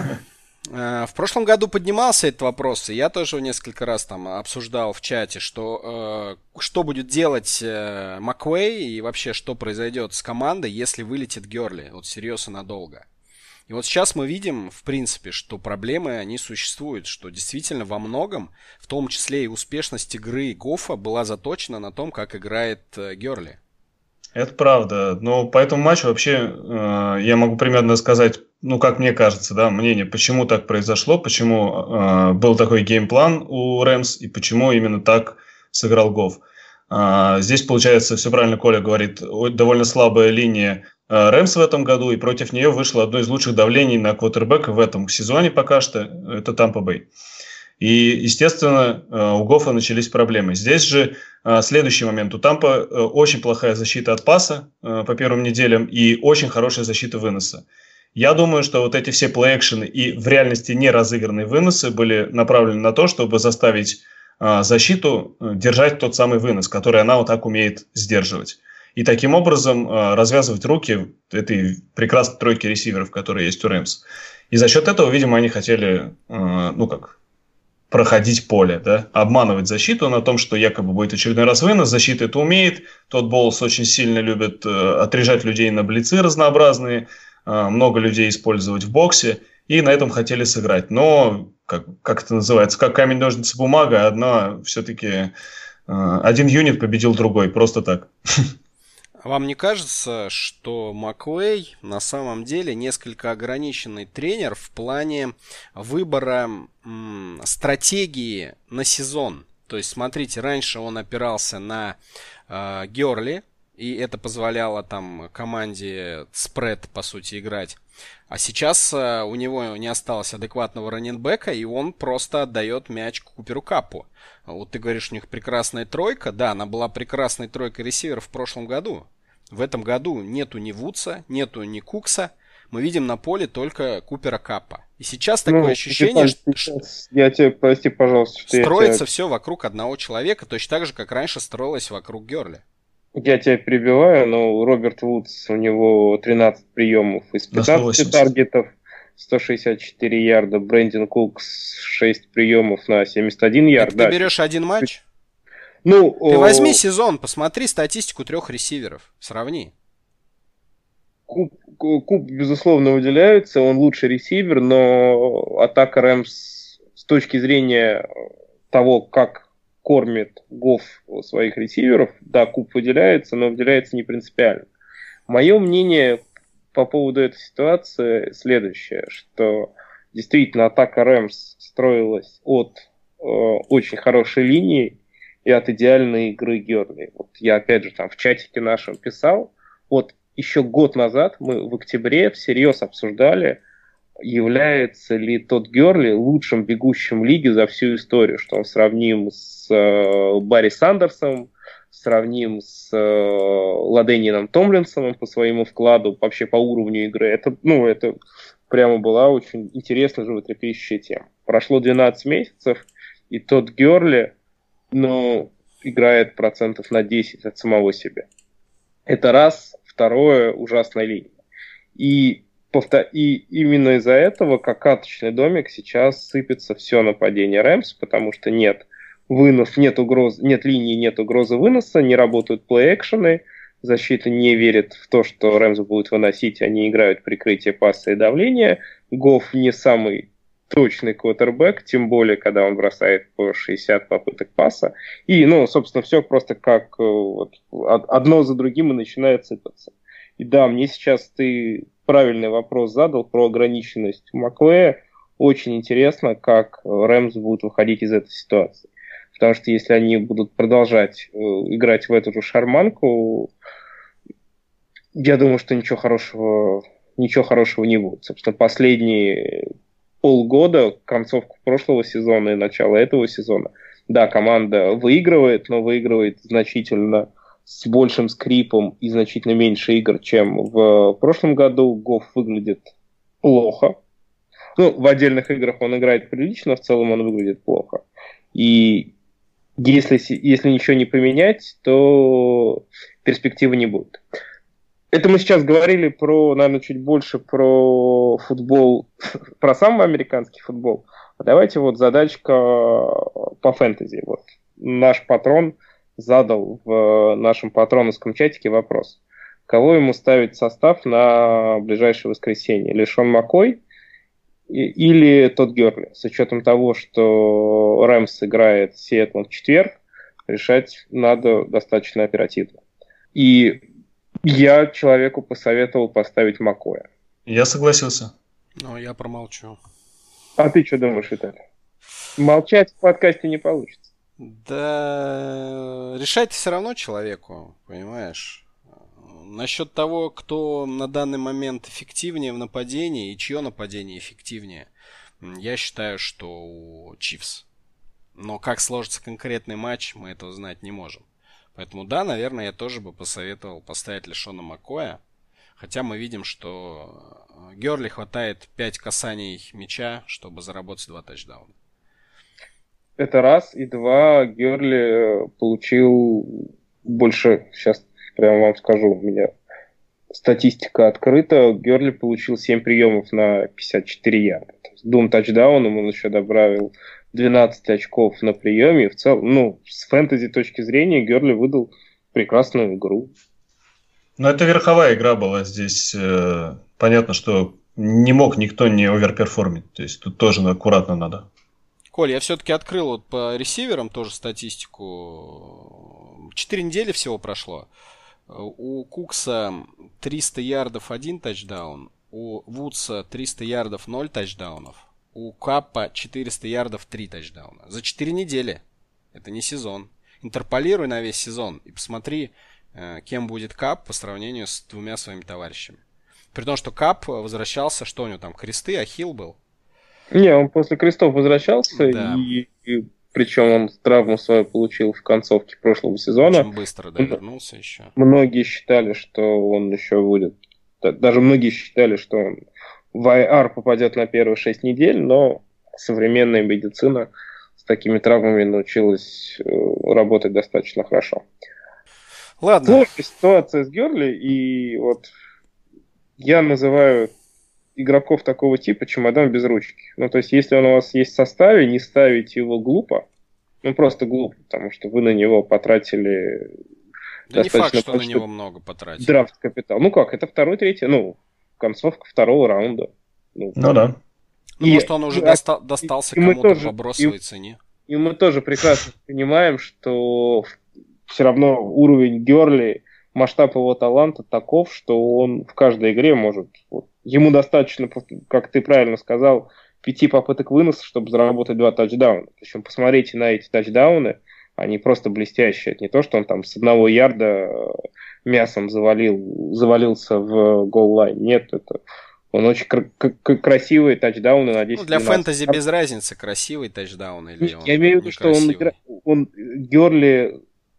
В прошлом году поднимался этот вопрос, и я тоже несколько раз там обсуждал в чате, что будет делать Маквей и вообще что произойдет с командой, если вылетит Герли, вот серьезно надолго. И вот сейчас мы видим, в принципе, что проблемы, они существуют, что действительно во многом, в том числе и успешность игры Гоффа, была заточена на том, как играет Герли.
Это правда. Но по этому матчу вообще я могу примерно сказать, ну, как мне кажется, да, мнение, почему так произошло, почему был такой геймплан у Рэмс и почему именно так сыграл Гофф. Здесь, получается, все правильно Коля говорит, довольно слабая линия Рэмс в этом году, и против нее вышло одно из лучших давлений на квотербека в этом сезоне пока что, это Тампа Бэй. И, естественно, у Гоффа начались проблемы. Здесь же следующий момент. У Тампа очень плохая защита от паса по первым неделям и очень хорошая защита выноса. Я думаю, что вот эти все плей-экшены и в реальности не разыгранные выносы были направлены на то, чтобы заставить защиту держать тот самый вынос, который она вот так умеет сдерживать. И таким образом развязывать руки этой прекрасной тройки ресиверов, которые есть у Рэмс. И за счет этого, видимо, они хотели, проходить поле, да, обманывать защиту на том, что якобы будет очередной раз вынос, защита это умеет, тот Боулс очень сильно любит отрежать людей на блицы разнообразные, много людей использовать в боксе, и на этом хотели сыграть. Но, как это называется, как камень, ножницы, бумага, все-таки один юнит победил другой, просто так.
Вам не кажется, что Маквей на самом деле несколько ограниченный тренер в плане выбора стратегии на сезон? То есть, смотрите, раньше он опирался на Герли, и это позволяло там команде спред, по сути, играть. А сейчас у него не осталось адекватного раннинбека, и он просто отдает мяч Куперу Капу. Вот ты говоришь, у них прекрасная тройка. Да, она была прекрасной тройкой ресиверов в прошлом году. В этом году нету ни Вудса, нету ни Кукса. Мы видим на поле только Купера Капа. И сейчас такое ощущение, что
я тебе, прости, пожалуйста, что
строится все вокруг одного человека, точно так же, как раньше строилось вокруг Герли.
Я тебя перебиваю, но Роберт Вудс, у него 13 приемов из 15 таргетов, 164 ярда. Брэндон Кукс 6 приемов на 71 ярд.
Ты берешь один матч?
Ты
возьми сезон, посмотри статистику 3 ресиверов, сравни.
Куб, безусловно, выделяется, он лучший ресивер, но атака Рэмс с точки зрения того, как кормит Гофф своих ресиверов, да, Куб выделяется, но выделяется не принципиально. Мое мнение по поводу этой ситуации следующее, что действительно атака Рэмс строилась от очень хорошей линии и от идеальной игры Герли. Вот я опять же там в чатике нашем писал, вот еще год назад мы в октябре всерьез обсуждали, является ли тот Герли лучшим бегущим лиги за всю историю, что он сравним с Барри Сандерсом, сравним с Ладенином Томлинсоном по своему вкладу, вообще по уровню игры. Это прямо была очень интересная животрепещущая тема. Прошло 12 месяцев, и тот Герли, играет процентов на 10 от самого себя. Это раз. Второе, ужасная линия. И именно из-за этого, как каточный домик, сейчас сыпется все нападение Рэмс, потому что нет вынос, нет линии, нет угрозы выноса, не работают плей-экшены, защита не верит в то, что Рэмс будет выносить, они играют прикрытие паса и давления. Гофф не самый точный квотербэк, тем более, когда он бросает по 60 попыток паса. И, собственно, все просто как одно за другим и начинает сыпаться. И да, мне сейчас ты правильный вопрос задал про ограниченность Маквея. Очень интересно, как Рэмс будут выходить из этой ситуации. Потому что если они будут продолжать играть в эту же шарманку, я думаю, что ничего хорошего не будет. Собственно, последние полгода, концовку прошлого сезона и начало этого сезона, да, команда выигрывает, но выигрывает значительно с большим скрипом и значительно меньше игр, чем в прошлом году. Гофф выглядит плохо. В отдельных играх он играет прилично, в целом он выглядит плохо. И если ничего не поменять, то перспективы не будет. Это мы сейчас говорили про, наверное, чуть больше про футбол, про самый американский футбол. А давайте вот задачка по фэнтези. Вот наш патрон задал в нашем патроновском чатике вопрос. Кого ему ставить в состав на ближайшее воскресенье? Лешон Маккой или Тодд Герли? С учетом того, что Рэмс играет с Сиэтлом в четверг, решать надо достаточно оперативно. И я человеку посоветовал поставить Маккоя.
Я согласился.
Ну, я промолчу.
А ты что думаешь, Виталий? Молчать в подкасте не получится.
Да, решать все равно человеку, понимаешь? Насчет того, кто на данный момент эффективнее в нападении и чье нападение эффективнее, я считаю, что у Чифс. Но как сложится конкретный матч, мы этого знать не можем. Поэтому да, наверное, я тоже бы посоветовал поставить Лешона Маккоя. Хотя мы видим, что Герли хватает 5 касаний мяча, чтобы заработать 2 тачдауна.
Это раз. И два, Герли получил больше, сейчас прямо вам скажу, у меня статистика открыта. Герли получил 7 приемов на 54 ярда. С 2 тачдауном он еще добавил 12 очков на приеме. В целом, с фэнтези точки зрения, Герли выдал прекрасную игру.
Но это верховая игра была здесь. Понятно, что не мог никто не оверперформить. То есть тут тоже аккуратно надо.
Коль, я все-таки открыл вот по ресиверам тоже статистику. 4 недели всего прошло. У Кукса 300 ярдов 1 тачдаун. У Вудса 300 ярдов 0 тачдаунов. У Каппа 400 ярдов 3 тачдауна. За 4 недели. Это не сезон. Интерполируй на весь сезон и посмотри, кем будет Капп по сравнению с 2 своими товарищами. При том, что Капп возвращался, что у него там, кресты, ахилл был?
Не, он после крестов возвращался,
да.
и причем он травму свою получил в концовке прошлого сезона.
Очень быстро, да, вернулся еще.
Многие считали, что он еще будет... Даже многие считали, что он в IR попадет на первые 6 недель, но современная медицина с такими травмами научилась работать достаточно хорошо.
Ладно.
Сложная ситуация с Герли, и вот я называю игроков такого типа чемодан без ручки. То есть, если он у вас есть в составе, не ставить его глупо. Просто глупо, потому что вы на него потратили...
Да не факт, что на него много потратили.
Драфт капитал. Это второй, третий, концовка второго раунда.
Да.
Может, он уже достался кому-то по бросовой цене.
И мы тоже прекрасно понимаем, что все равно уровень Герли, масштаб его таланта таков, что он в каждой игре может... Ему достаточно, как ты правильно сказал, 5 попыток выноса, чтобы заработать 2 тачдауна. Причем посмотрите на эти тачдауны, они просто блестящие. Это не то, что он там с 1 ярда мясом завалился в гол-лайн. Нет, это он очень красивые тачдауны на 10.
Для фэнтези без разницы, красивый тачдаун или он.
Я имею в виду, что он Герли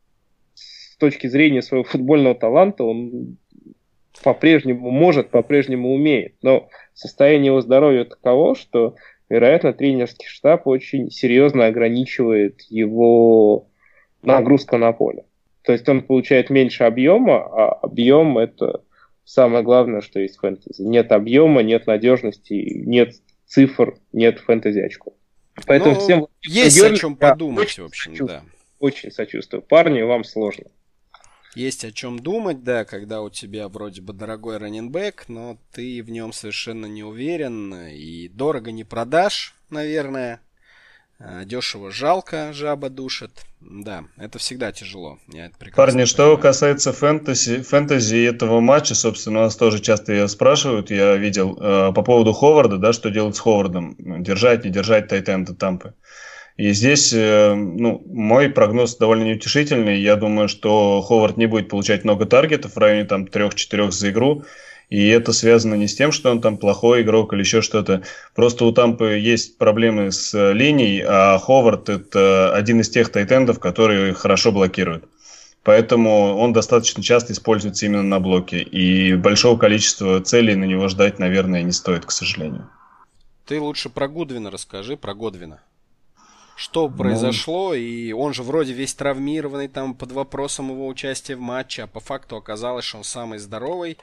с точки зрения своего футбольного таланта, он по-прежнему умеет. Но состояние его здоровья таково, что, вероятно, тренерский штаб очень серьезно ограничивает его нагрузку на поле. То есть он получает меньше объема, а объем — это самое главное, что есть в фэнтези. Нет объема, нет надежности, нет цифр, нет фэнтези очков. Поэтому всем...
Есть Герли, о чем подумать, в общем, да.
Очень сочувствую. Парни, вам сложно.
Есть о чем думать, да, когда у тебя вроде бы дорогой раннинбэк, но ты в нем совершенно не уверен, и дорого не продашь, наверное. Дешево жалко, жаба душит. Да, это всегда тяжело.
Парни, что касается фэнтези этого матча, собственно, нас тоже часто ее спрашивают. Я видел по поводу Ховарда, да, что делать с Ховардом. Держать, не держать тайтенда Тампы. И здесь, мой прогноз довольно неутешительный. Я думаю, что Ховард не будет получать много таргетов, в районе 3-4 за игру. И это связано не с тем, что он там плохой игрок или еще что-то. Просто у Тампы есть проблемы с линией, а Ховард — это один из тех тайтендов, которые хорошо блокируют. Поэтому он достаточно часто используется именно на блоке. И большого количества целей на него ждать, наверное, не стоит, к сожалению.
Ты лучше про Гудвина расскажи, про Годвина. Что произошло, и он же вроде весь травмированный, там под вопросом его участия в матче, а по факту оказалось, что он самый здоровый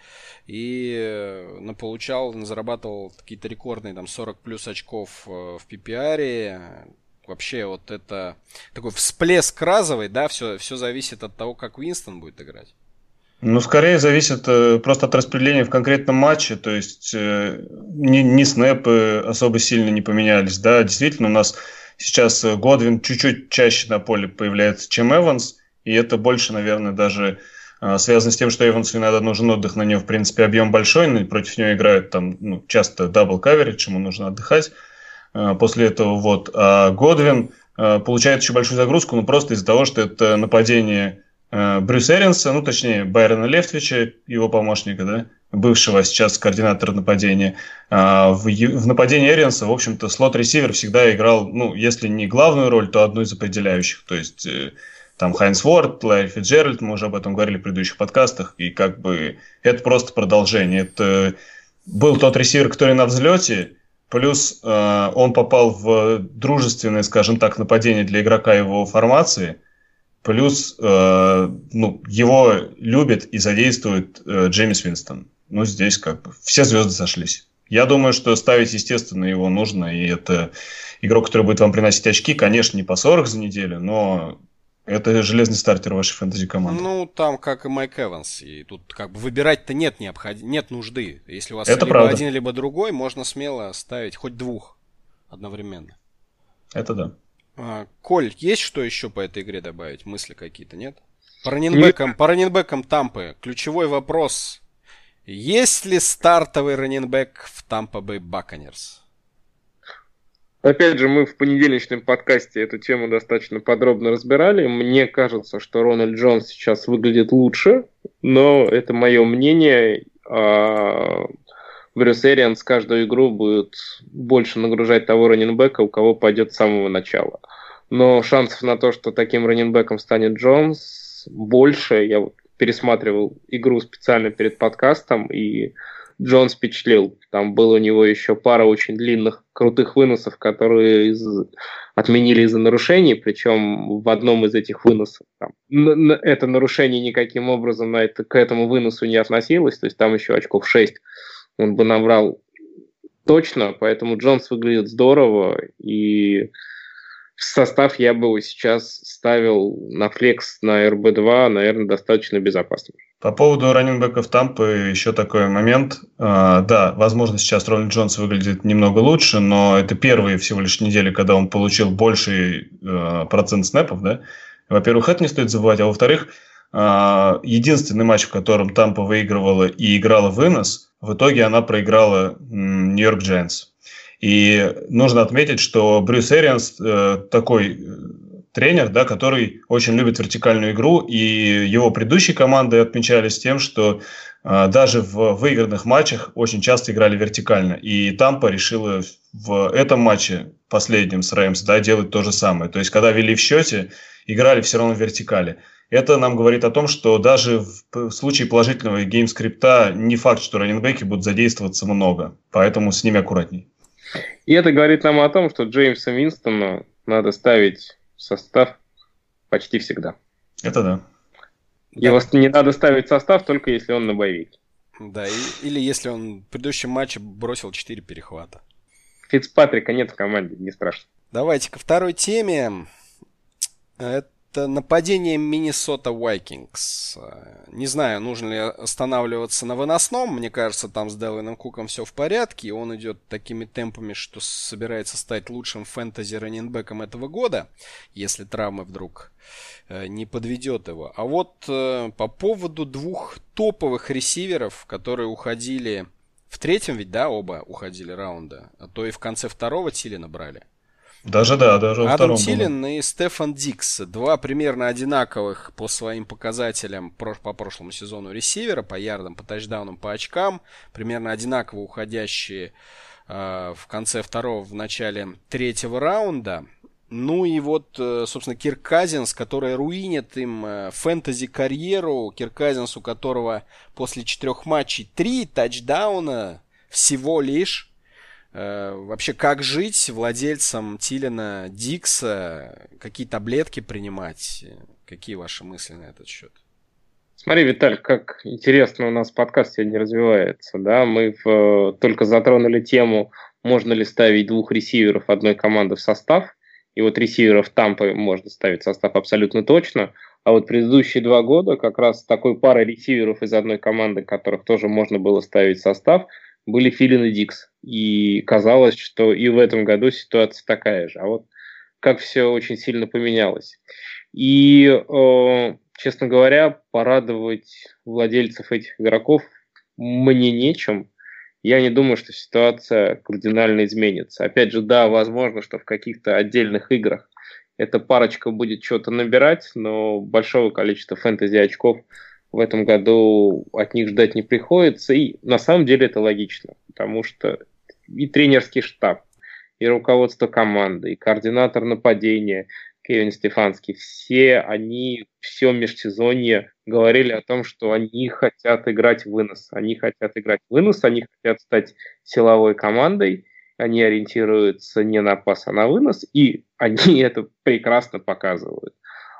и зарабатывал какие-то рекордные там 40 плюс очков в PPR. Вообще вот это такой всплеск разовый, да, все зависит от того, как Уинстон будет играть.
Ну, скорее зависит просто от распределения в конкретном матче, то есть ни снэпы особо сильно не поменялись, да, действительно у нас сейчас Годвин чуть-чуть чаще на поле появляется, чем Эванс, и это больше, наверное, даже связано с тем, что Эвансу иногда нужен отдых, на него, в принципе, объем большой, но против него играют там часто дабл-каверидж, ему нужно отдыхать после этого, вот. А Годвин получает еще большую загрузку, просто из-за того, что это нападение Брюса Эринса, точнее, Байрона Лефтвича, его помощника, да, бывшего сейчас координатора нападения. В нападении Эринса, в общем-то, слот-ресивер всегда играл, если не главную роль, то одну из определяющих. То есть, там Хайнс Уорд, Ларри Фитджеральд, мы уже об этом говорили в предыдущих подкастах, и как бы это просто продолжение. Это был тот ресивер, который на взлете, плюс он попал в дружественное, скажем так, нападение для игрока его формации. Плюс его любит и задействует Джеймс Уинстон. Здесь как бы все звезды сошлись. Я думаю, что ставить, естественно, его нужно. И это игрок, который будет вам приносить очки. Конечно, не по 40 за неделю, но это железный стартер вашей фэнтези-команды.
Там как и Майк Эванс. И тут как бы выбирать-то нет нужды. Если у вас
это
либо
правда.
Один, либо другой, можно смело ставить хоть двух одновременно.
Это да.
Коль, есть что еще по этой игре добавить? Мысли какие-то, нет? По раннинбэкам Тампы. Ключевой вопрос. Есть ли стартовый раннинбэк в Тампа Бэй Баконерс?
Опять же, мы в понедельничном подкасте эту тему достаточно подробно разбирали. Мне кажется, что Рональд Джонс сейчас выглядит лучше, но это мое мнение. Брюс Эрианс каждую игру будет больше нагружать того раннинбека, у кого пойдет с самого начала. Но шансов на то, что таким раннинбеком станет Джонс, больше. Я пересматривал игру специально перед подкастом, и Джонс впечатлил. Там было у него еще пара очень длинных, крутых выносов, которые отменили из-за нарушений, причем в одном из этих выносов это нарушение никаким образом к этому выносу не относилось, то есть там еще очков 6 он бы набрал точно, поэтому Джонс выглядит здорово, и в состав я бы его сейчас ставил на флекс на РБ2, наверное, достаточно безопасно.
По поводу раннинбеков Тампы еще такой момент. Да, возможно, сейчас Рональд Джонс выглядит немного лучше, но это первые всего лишь недели, когда он получил больший процент снэпов, да. Во-первых, это не стоит забывать, а во-вторых, единственный матч, в котором Тампа выигрывала и играла вынос, в итоге она проиграла Нью-Йорк Джайантс. И нужно отметить, что Брюс Эрианс такой тренер, да, который очень любит вертикальную игру, и его предыдущие команды отмечались тем, что даже в выигранных матчах очень часто играли вертикально. И Тампа решила в этом матче, последнем с Рэмс, да, делать то же самое. То есть, когда вели в счете, играли все равно в вертикали. Это нам говорит о том, что даже в случае положительного гейм-скрипта не факт, что раннинбеки будут задействоваться много. Поэтому с ними аккуратней.
И это говорит нам о том, что Джеймса Уинстона надо ставить в состав почти всегда.
Это да.
Его не надо ставить в состав, только если он на боевике.
Да, или если он в предыдущем матче бросил 4 перехвата.
Фицпатрика нет в команде, не страшно.
Давайте ко второй теме. Это нападение Миннесота Вайкингс. Не знаю, нужно ли останавливаться на выносном. Мне кажется, там с Дэлвином Куком все в порядке. И он идет такими темпами, что собирается стать лучшим фэнтези-раннинбэком этого года, если травма вдруг не подведет его. А вот по поводу двух топовых ресиверов, которые уходили в третьем, ведь, да, оба уходили раунда, а то и в конце второго Тилина брали.
Даже во втором
Адам Тилин и Стефан Дикс. Два примерно одинаковых по своим показателям по прошлому сезону ресивера, по ярдам, по тачдаунам, по очкам. Примерно одинаково уходящие в конце второго, в начале третьего раунда. Ну и вот, собственно, Кирк Казинс, который руинит им фэнтези-карьеру. Кирк Казинс, у которого после 4 матчей 3 тачдауна всего лишь. Вообще, как жить владельцам Тилина, Дикса? Какие таблетки принимать? Какие ваши мысли на этот счет?
Смотри, Виталь, как интересно у нас подкаст сегодня развивается, да? Мы только затронули тему, можно ли ставить двух ресиверов одной команды в состав. И вот ресиверов Тампы можно ставить в состав абсолютно точно. А вот предыдущие 2 года как раз такой парой ресиверов из одной команды, которых тоже можно было ставить в состав, были Филин и Дикс. И казалось, что и в этом году ситуация такая же. А вот как все очень сильно поменялось. И, честно говоря, порадовать владельцев этих игроков мне нечем. Я не думаю, что ситуация кардинально изменится. Опять же, да, возможно, что в каких-то отдельных играх эта парочка будет что-то набирать, но большого количества фэнтези-очков в этом году от них ждать не приходится. И на самом деле это логично, потому что и тренерский штаб, и руководство команды, и координатор нападения Кевин Стефанский, все они все межсезонье говорили о том, что они хотят играть в вынос. Они хотят играть в вынос, они хотят стать силовой командой, они ориентируются не на пас, а на вынос, и они это прекрасно показывают.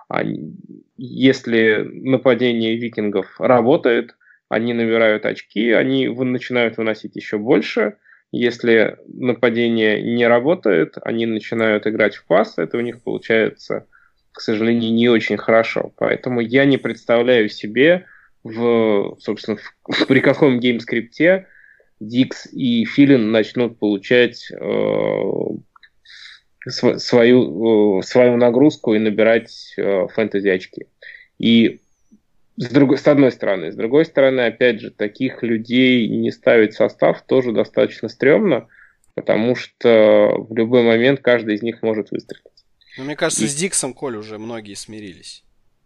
Если нападение викингов работает, они набирают очки, они начинают выносить еще больше. Если нападение не работает, они начинают играть в пас, это у них получается, к сожалению, не очень хорошо. Поэтому я не представляю себе, при каком геймскрипте Дикс и Филин начнут получать свою нагрузку и набирать фэнтези очки. И с одной стороны. С другой стороны, опять же, таких людей не ставить в состав тоже достаточно стрёмно, потому что в любой момент каждый из них может выстрелить.
Ну, мне кажется, с Диксом, Коль, уже многие смирились.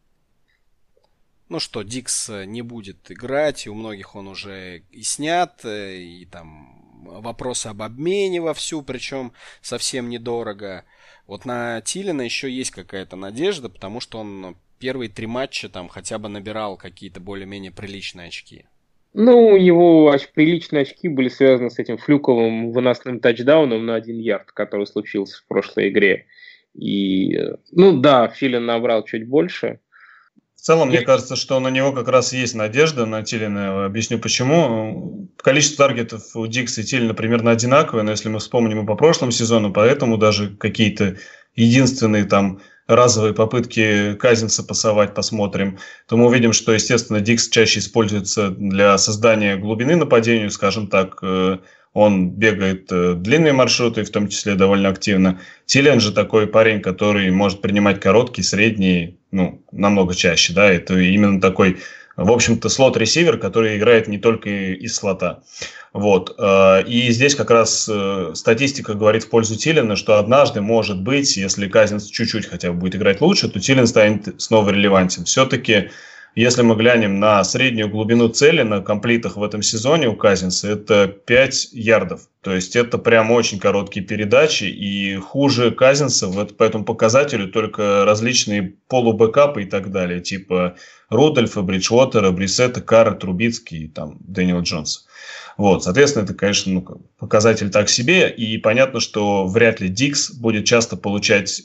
Ну что, Дикс не будет играть, и у многих он уже и снят, и там вопросы об обмене вовсю, причем совсем недорого. Вот на Тилина еще есть какая-то надежда, потому что он первые 3 матча там хотя бы набирал какие-то более-менее приличные очки.
Ну, его приличные очки были связаны с этим флюковым выносным тачдауном на 1 ярд, который случился в прошлой игре. И, ну да, Филин набрал чуть больше.
В целом, мне кажется, что на него как раз есть надежда, на Тилина. Объясню почему. Количество таргетов у Дикса и Тилина примерно одинаковое, но если мы вспомним и по прошлому сезону, поэтому даже какие-то единственные там разовые попытки Казинса пасовать посмотрим, то мы увидим, что, естественно, Дикс чаще используется для создания глубины нападению, скажем так, он бегает длинные маршруты, в том числе довольно активно. Тилен же такой парень, который может принимать короткие, средние, ну, намного чаще, да, это именно такой, в общем-то, слот-ресивер, который играет не только из слота. Вот. И здесь как раз статистика говорит в пользу Тилена, что однажды, может быть, если Казинс чуть-чуть хотя бы будет играть лучше, то Тилен станет снова релевантен. Все-таки, если мы глянем на среднюю глубину цели на комплитах в этом сезоне у Казинса, это 5 ярдов. То есть это прям очень короткие передачи, и хуже Казинса по этому показателю только различные полубэкапы и так далее, типа Рудольфа, Бриджвотера, Брисета, Карра, Трубицкий и там Дэниела Джонса. Вот, соответственно, это, конечно, показатель так себе, и понятно, что вряд ли Дикс будет часто получать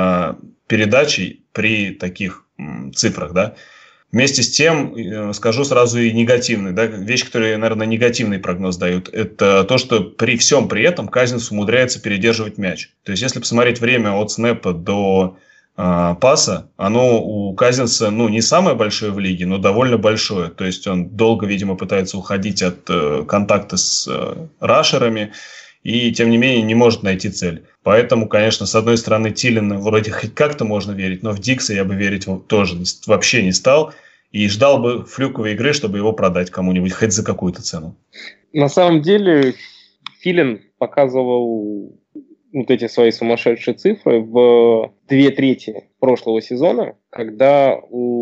передачи при таких цифрах, да. Вместе с тем, скажу сразу и негативный, да, вещь, которые, наверное, негативный прогноз дают, это то, что при всем при этом Казинс умудряется передерживать мяч. То есть, если посмотреть время от снэпа до паса, оно у Казинса, ну, не самое большое в лиге, но довольно большое. То есть, он долго, видимо, пытается уходить от контакта с рашерами и, тем не менее, не может найти цель. Поэтому, конечно, с одной стороны, Тилина вроде хоть как-то можно верить, но в Дикса я бы верить тоже вообще не стал. И ждал бы флюковой игры, чтобы его продать кому-нибудь, хоть за какую-то цену.
На самом деле, Филин показывал вот эти свои сумасшедшие цифры в 2/3 прошлого сезона, когда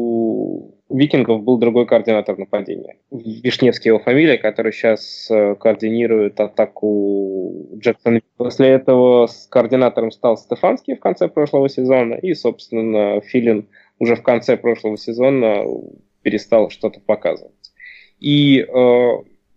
у Викингов был другой координатор нападения. Вишневский его фамилия, который сейчас координирует атаку Джексона. После этого с координатором стал Стефанский в конце прошлого сезона, и, собственно, Филин уже в конце прошлого сезона перестал что-то показывать. И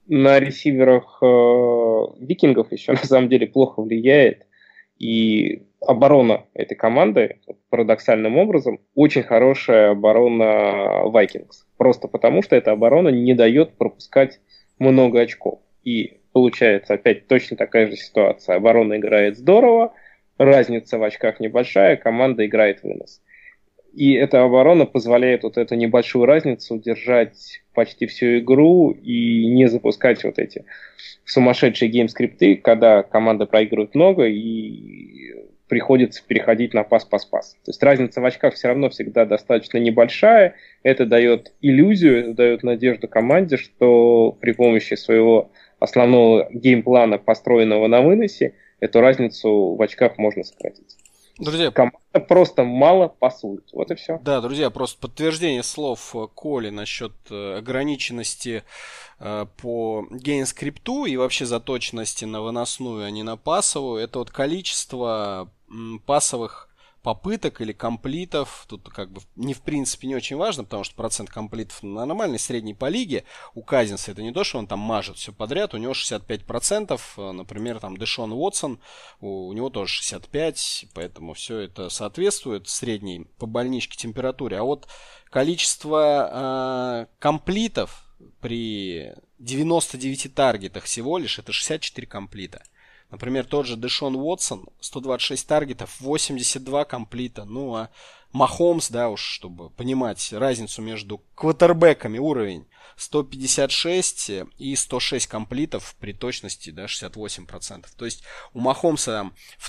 на ресиверах Викингов еще на самом деле плохо влияет. И оборона этой команды, парадоксальным образом, очень хорошая оборона Vikings. Просто потому, что эта оборона не дает пропускать много очков. И получается опять точно такая же ситуация. Оборона играет здорово, разница в очках небольшая, команда играет вынос. И эта оборона позволяет вот эту небольшую разницу держать почти всю игру и не запускать вот эти сумасшедшие гейм-скрипты, когда команда проигрывает много и приходится переходить на пас-пас-пас. То есть разница в очках все равно всегда достаточно небольшая. Это дает иллюзию, это дает надежду команде, что при помощи своего основного геймплана, построенного на выносе, эту разницу в очках можно сократить.
Друзья,
команда просто мало пасует. Вот и все.
Да, друзья, просто подтверждение слов Коли насчет ограниченности по гейн-скрипту и вообще заточенности на выносную, а не на пасовую. Это вот количество пасовых попыток или комплитов. Тут как бы в принципе не очень важно, потому что процент комплитов на нормальной средней по лиге. У Казинса это не то, что он там мажет все подряд, у него 65%, например, там Дэшон Уотсон, у него тоже 65%, поэтому все это соответствует средней по больничке температуре. А вот количество комплитов при 99 таргетах всего лишь это 64 комплита. Например, тот же Дэшон Уотсон, 126 таргетов, 82 комплита. Ну, а Махомс, да уж, чтобы понимать разницу между квотербеками, уровень 156 и 106 комплитов при точности, да, 68%. То есть у Махомса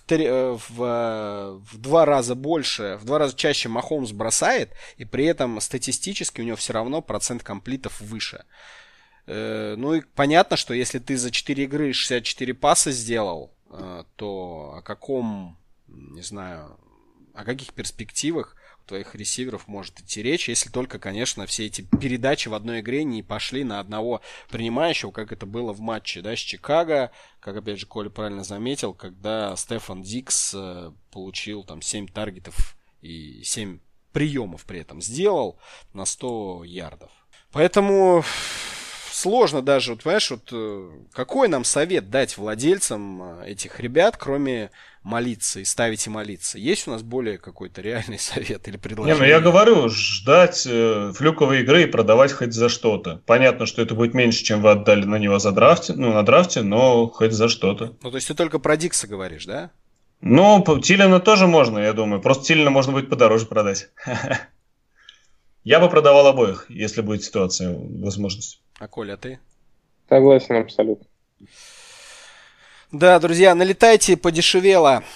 в 2 раза больше, в 2 раза чаще Махомс бросает, и при этом статистически у него все равно процент комплитов выше. Ну и понятно, что если ты за 4 игры 64 паса сделал, то о каком, не знаю, о каких перспективах у твоих ресиверов может идти речь, если только, конечно, все эти передачи в одной игре не пошли на одного принимающего, как это было в матче, да, с Чикаго, как опять же Коля правильно заметил, когда Стефан Дикс получил там 7 таргетов и 7 приемов при этом сделал на 100 ярдов. Поэтому сложно даже, вот, понимаешь, вот какой нам совет дать владельцам этих ребят, кроме молиться и ставить и молиться? Есть у нас более какой-то реальный совет или предложение?
Не, ну я говорю, ждать флюковой игры и продавать хоть за что-то. Понятно, что это будет меньше, чем вы отдали на него на драфте, но хоть за что-то.
Ну, то есть ты только про Дикса говоришь, да?
Ну, Тилина тоже можно, я думаю. Просто Тилина можно будет подороже продать. Я бы продавал обоих, если будет ситуация, возможность.
А Коля, ты?
Согласен абсолютно.
Да, друзья, налетайте подешевело.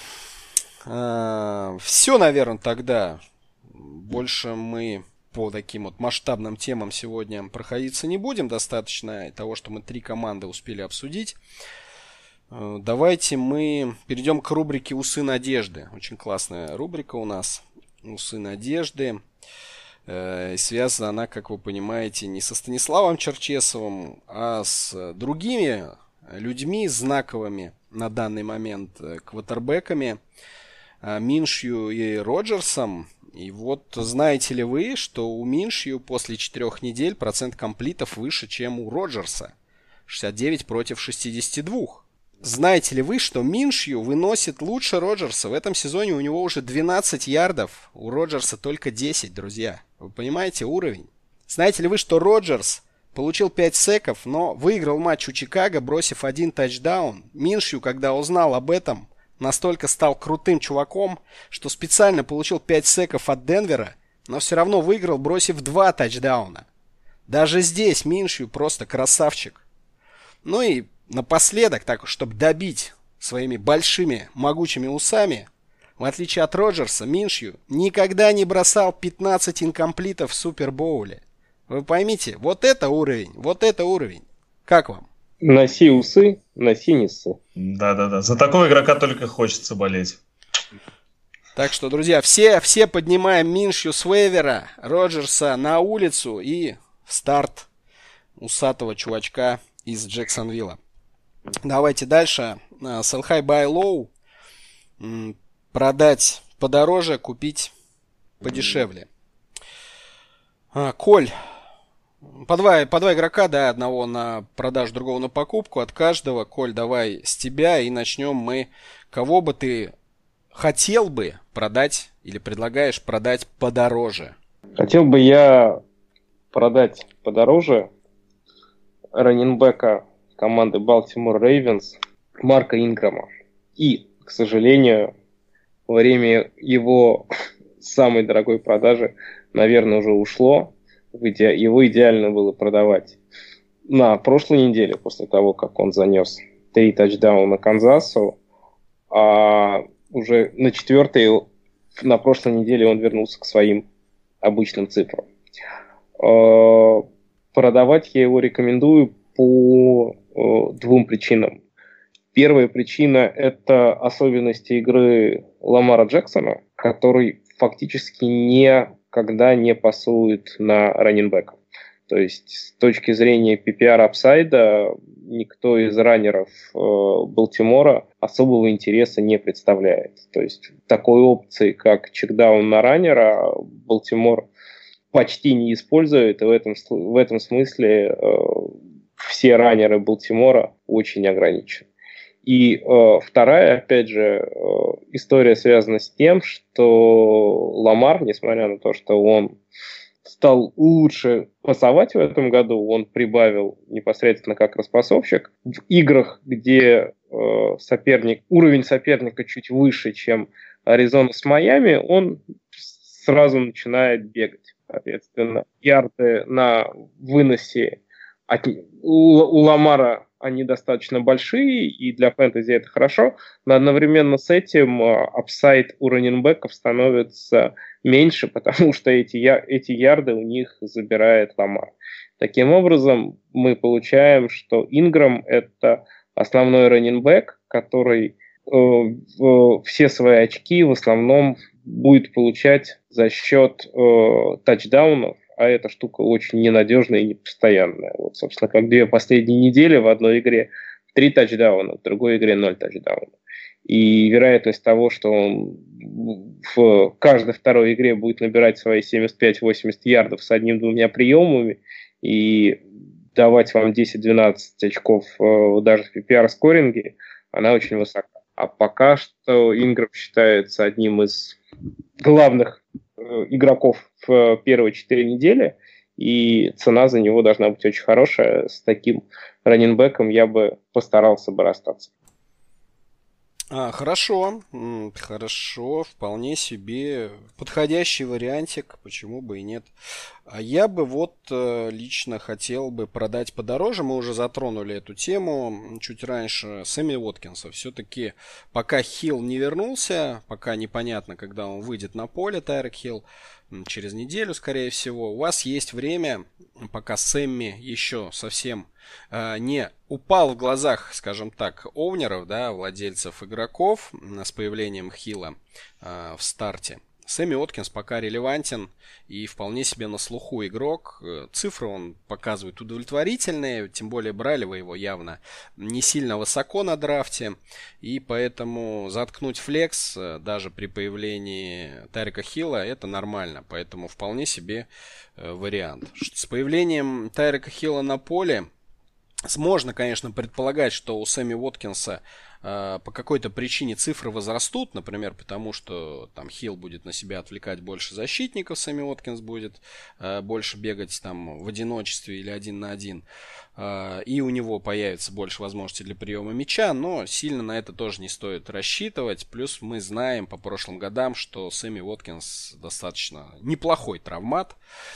Все, наверное, тогда. Больше мы по таким вот масштабным темам сегодня проходиться не будем. Достаточно того, что мы 3 команды успели обсудить. Давайте мы перейдем к рубрике «Усы надежды». Очень классная рубрика у нас. «Усы надежды». Связана она, как вы понимаете, не со Станиславом Черчесовым, а с другими людьми знаковыми на данный момент квотербеками, Миншью и Роджерсом. И вот знаете ли вы, что у Миншью после 4 недель процент комплитов выше, чем у Роджерса? 69 против 62. Знаете ли вы, что Миншью выносит лучше Роджерса? В этом сезоне у него уже 12 ярдов, у Роджерса только 10, друзья. Вы понимаете уровень? Знаете ли вы, что Роджерс получил 5 секов, но выиграл матч у Чикаго, бросив 1 тачдаун? Миншью, когда узнал об этом, настолько стал крутым чуваком, что специально получил 5 секов от Денвера, но все равно выиграл, бросив 2 тачдауна. Даже здесь Миншью просто красавчик. Ну и напоследок, так, чтобы добить своими большими могучими усами, в отличие от Роджерса, Миншью никогда не бросал 15 инкомплитов в Супербоуле. Вы поймите, вот это уровень, вот это уровень. Как вам?
Носи усы, носи не ссы.
Да-да-да, за такого игрока только хочется болеть.
Так что, друзья, все поднимаем Миншью с вейвера, Роджерса на улицу и старт усатого чувачка из Джексонвилла. Давайте дальше. Sell high, buy low. Продать подороже, купить подешевле. Коль, По два игрока, да, одного на продажу, другого на покупку, от каждого. Коль, давай с тебя и начнем мы. Кого бы ты хотел бы продать или предлагаешь продать подороже?
Хотел бы я продать подороже раннинбека команды Baltimore Ravens Марка Инграма. И, к сожалению, время его самой дорогой продажи, наверное, уже ушло. Его идеально было продавать на прошлой неделе, после того, как он занес 3 тачдауна Канзасу, а уже на 4-й, на прошлой неделе он вернулся к своим обычным цифрам. Продавать я его рекомендую по 2 причинам. Первая причина – это особенности игры Ламара Джексона, который фактически никогда не пасует на раннинбека. То есть с точки зрения PPR-апсайда никто из раннеров Балтимора особого интереса не представляет. То есть такой опции, как чекдаун на раннера, Балтимор почти не использует, и в этом смысле все раннеры Балтимора очень ограничены. И вторая, опять же, история связана с тем, что Ламар, несмотря на то, что он стал лучше пасовать в этом году, он прибавил непосредственно как распасовщик. В играх, где уровень соперника чуть выше, чем Аризона с Майами, он сразу начинает бегать. Соответственно, ярды на выносе у Ламара они достаточно большие, и для фэнтези это хорошо, но одновременно с этим апсайд у раннинбеков становится меньше, потому что эти ярды у них забирает Ламар. Таким образом, мы получаем, что Инграм – это основной раннинбек, который все свои очки в основном будет получать за счет тачдаунов, а эта штука очень ненадежная и непостоянная. Вот, собственно, как 2 последние недели в одной игре 3 тачдауна, в другой игре 0 тачдауна. И вероятность того, что он в каждой второй игре будет набирать свои 75-80 ярдов с 1-2 приемами и давать вам 10-12 очков даже в PPR-скоринге, она очень высока. А пока что Инграм считается одним из главных игроков в первые 4 недели, и цена за него должна быть очень хорошая. С таким раннинбеком я бы постарался бы расстаться.
Хорошо, вполне себе подходящий вариантик, почему бы и нет. А я бы лично хотел бы продать подороже, мы уже затронули эту тему чуть раньше, Сэмми Уоткинса. Все-таки пока Хилл не вернулся, пока непонятно, когда он выйдет на поле, Тайрек Хилл, через неделю, скорее всего, у вас есть время, пока Сэмми еще совсем не упал в глазах, скажем так, оунеров, да, владельцев игроков с появлением Хилла в старте. Сэмми Уоткинс пока релевантен и вполне себе на слуху игрок. Цифры он показывает удовлетворительные, тем более брали вы его явно не сильно высоко на драфте. И поэтому заткнуть флекс даже при появлении Тайрека Хилла это нормально. Поэтому вполне себе вариант. С появлением Тайрека Хилла на поле можно, конечно, предполагать, что у Сэмми Уоткинса по какой-то причине цифры возрастут, например, потому что там Хилл будет на себя отвлекать больше защитников, Сэмми Уоткинс будет больше бегать там в одиночестве или 1 на 1, и у него появится больше возможностей для приема мяча, но сильно на это тоже не стоит рассчитывать. Плюс мы знаем по прошлым годам, что Сэмми Уоткинс достаточно неплохой травмат,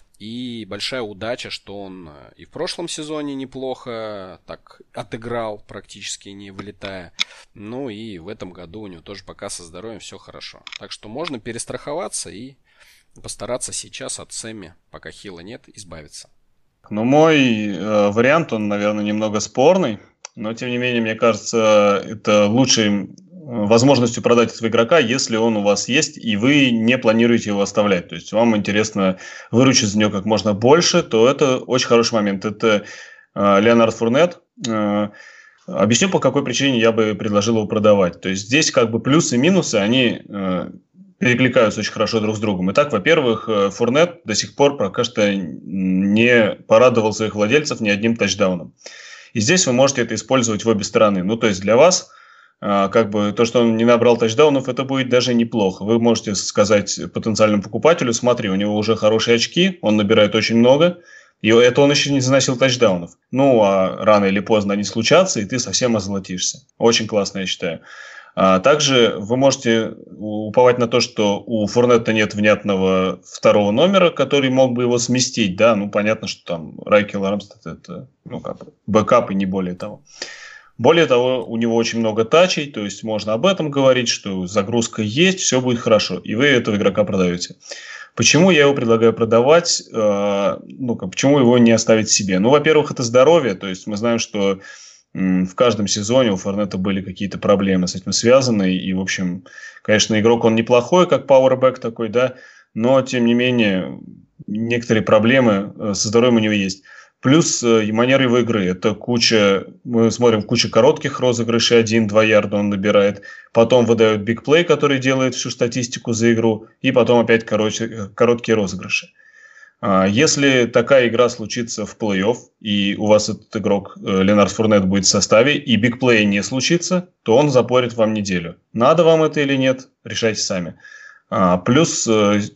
и большая удача, что он и в прошлом сезоне неплохо так отыграл, практически не вылетая. Ну и в этом году у него тоже пока со здоровьем все хорошо. Так что можно перестраховаться и постараться сейчас от Сэмми, пока Хилла нет, избавиться.
Ну, мой вариант, он, наверное, немного спорный, но, тем не менее, мне кажется, это лучшей возможностью продать этого игрока, если он у вас есть, и вы не планируете его оставлять. То есть вам интересно выручить за него как можно больше, то это очень хороший момент. Это Леонард Фурнет. Объясню, по какой причине я бы предложил его продавать. То есть здесь как бы плюсы и минусы, они перекликаются очень хорошо друг с другом. Итак, во-первых, Фурнет до сих пор пока что не порадовал своих владельцев ни одним тачдауном. И здесь вы можете это использовать в обе стороны. Ну, то есть для вас, как бы, то, что он не набрал тачдаунов, это будет даже неплохо. Вы можете сказать потенциальному покупателю: смотри, у него уже хорошие очки, он набирает очень много, и это он еще не заносил тачдаунов. Ну, а рано или поздно они случатся, и ты совсем озолотишься. Очень классно, я считаю. Также вы можете уповать на то, что у Фурнета нет внятного второго номера, который мог бы его сместить. Да, ну понятно, что там Райкел Армстед это, ну, как бы бэкап и не более того. Более того, у него очень много тачей, то есть можно об этом говорить, что загрузка есть, все будет хорошо, и вы этого игрока продаете. Почему я его предлагаю продавать? Почему его не оставить себе? Ну, во-первых, это здоровье, то есть мы знаем, что в каждом сезоне у Фурнета были какие-то проблемы с этим связаны. И, в общем, конечно, игрок он неплохой, как пауэрбэк такой, да, но, тем не менее, некоторые проблемы со здоровьем у него есть. Плюс манера его игры. Это мы смотрим кучу коротких розыгрышей, 1-2 ярда он набирает. Потом выдает бигплей, который делает всю статистику за игру. И потом опять короткие розыгрыши. Если такая игра случится в плей-офф, и у вас этот игрок Ленард Фурнет будет в составе, и бигплей не случится, то он запорит вам неделю. Надо вам это или нет, решайте сами. Плюс,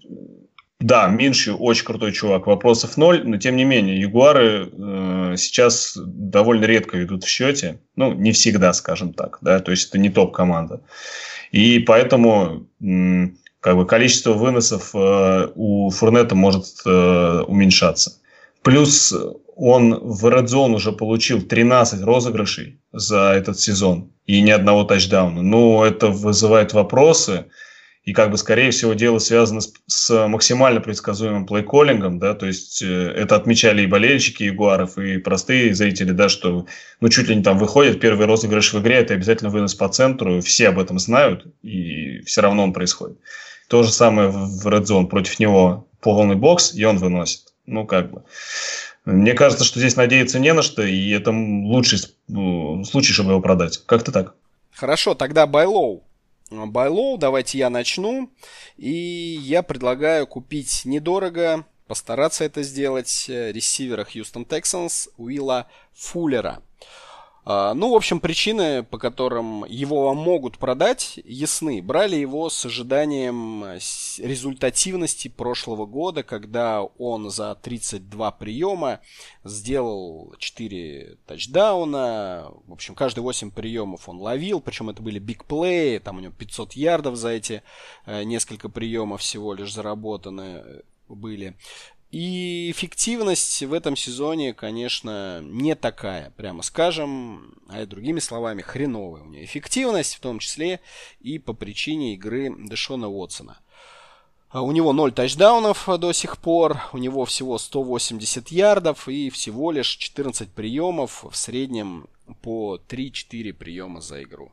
да, Миншью очень крутой чувак, вопросов ноль, но тем не менее, Ягуары сейчас довольно редко ведут в счете. Ну, не всегда, скажем так, да, то есть это не топ-команда. И поэтому как бы количество выносов у Фурнета может уменьшаться. Плюс он в Red Zone уже получил 13 розыгрышей за этот сезон и ни одного тачдауна. Ну, это вызывает вопросы. И, как бы, скорее всего, дело связано с максимально предсказуемым плей-коллингом, да, то есть это отмечали и болельщики Ягуаров, и простые зрители, да, что, ну, чуть ли не там выходит первый розыгрыш в игре, это обязательно вынос по центру, все об этом знают, и все равно он происходит. То же самое в Red Zone, против него полный бокс, и он выносит. Ну, как бы. Мне кажется, что здесь надеяться не на что, и это лучший случай, чтобы его продать. Как-то так.
Хорошо, тогда buy low. Buy low, давайте я начну. И я предлагаю купить недорого, постараться это сделать, ресивера Houston Texans Уилла Фуллера. Ну, в общем, причины, по которым его вам могут продать, ясны. Брали его с ожиданием результативности прошлого года, когда он за 32 приема сделал 4 тачдауна. В общем, каждые 8 приемов он ловил, причем это были бигплеи, там у него 500 ярдов за эти несколько приемов всего лишь заработаны были. И эффективность в этом сезоне, конечно, не такая, прямо скажем, а другими словами, хреновая у нее эффективность, в том числе и по причине игры Дэшона Уотсона. У него 0 тачдаунов до сих пор, у него всего 180 ярдов и всего лишь 14 приемов, в среднем по 3-4 приема за игру.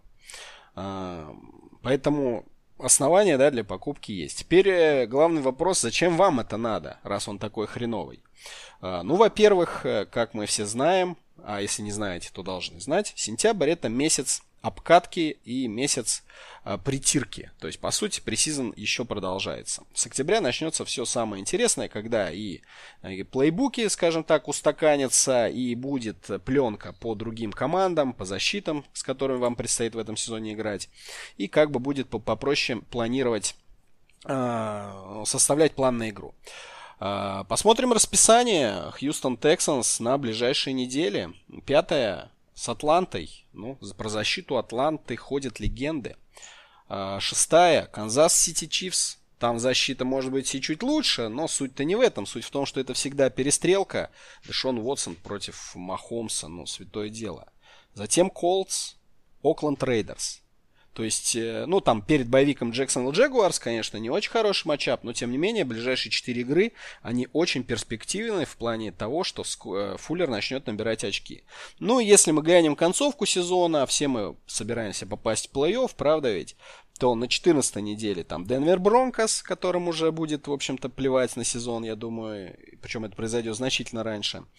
Поэтому основания, да, для покупки есть. Теперь главный вопрос: зачем вам это надо, раз он такой хреновый? Ну, во-первых, как мы все знаем, а если не знаете, то должны знать, сентябрь — это месяц обкатки и месяц притирки. То есть, по сути, пресизон еще продолжается. С октября начнется все самое интересное, когда и плейбуки, скажем так, устаканятся, и будет пленка по другим командам, по защитам, с которыми вам предстоит в этом сезоне играть. И как бы будет попроще планировать, составлять план на игру. Посмотрим расписание Houston Texans на ближайшие недели. 5-я с Атлантой. Ну, про защиту Атланты ходят легенды. 6-я Канзас Сити Чифс. Там защита может быть и чуть лучше, но суть-то не в этом. Суть в том, что это всегда перестрелка. Дэшон Уотсон против Махомса. Ну, святое дело. Затем Колтс, Окленд Рейдерс. То есть, ну, там перед боевиком Джексонвилл Джагуарс, конечно, не очень хороший матчап, но, тем не менее, ближайшие 4 игры, они очень перспективны в плане того, что Фуллер начнет набирать очки. Ну, если мы глянем концовку сезона, все мы собираемся попасть в плей-офф, правда ведь, то на 14-й неделе там Денвер Бронкос, которым уже будет, в общем-то, плевать на сезон, я думаю, причем это произойдет значительно раньше.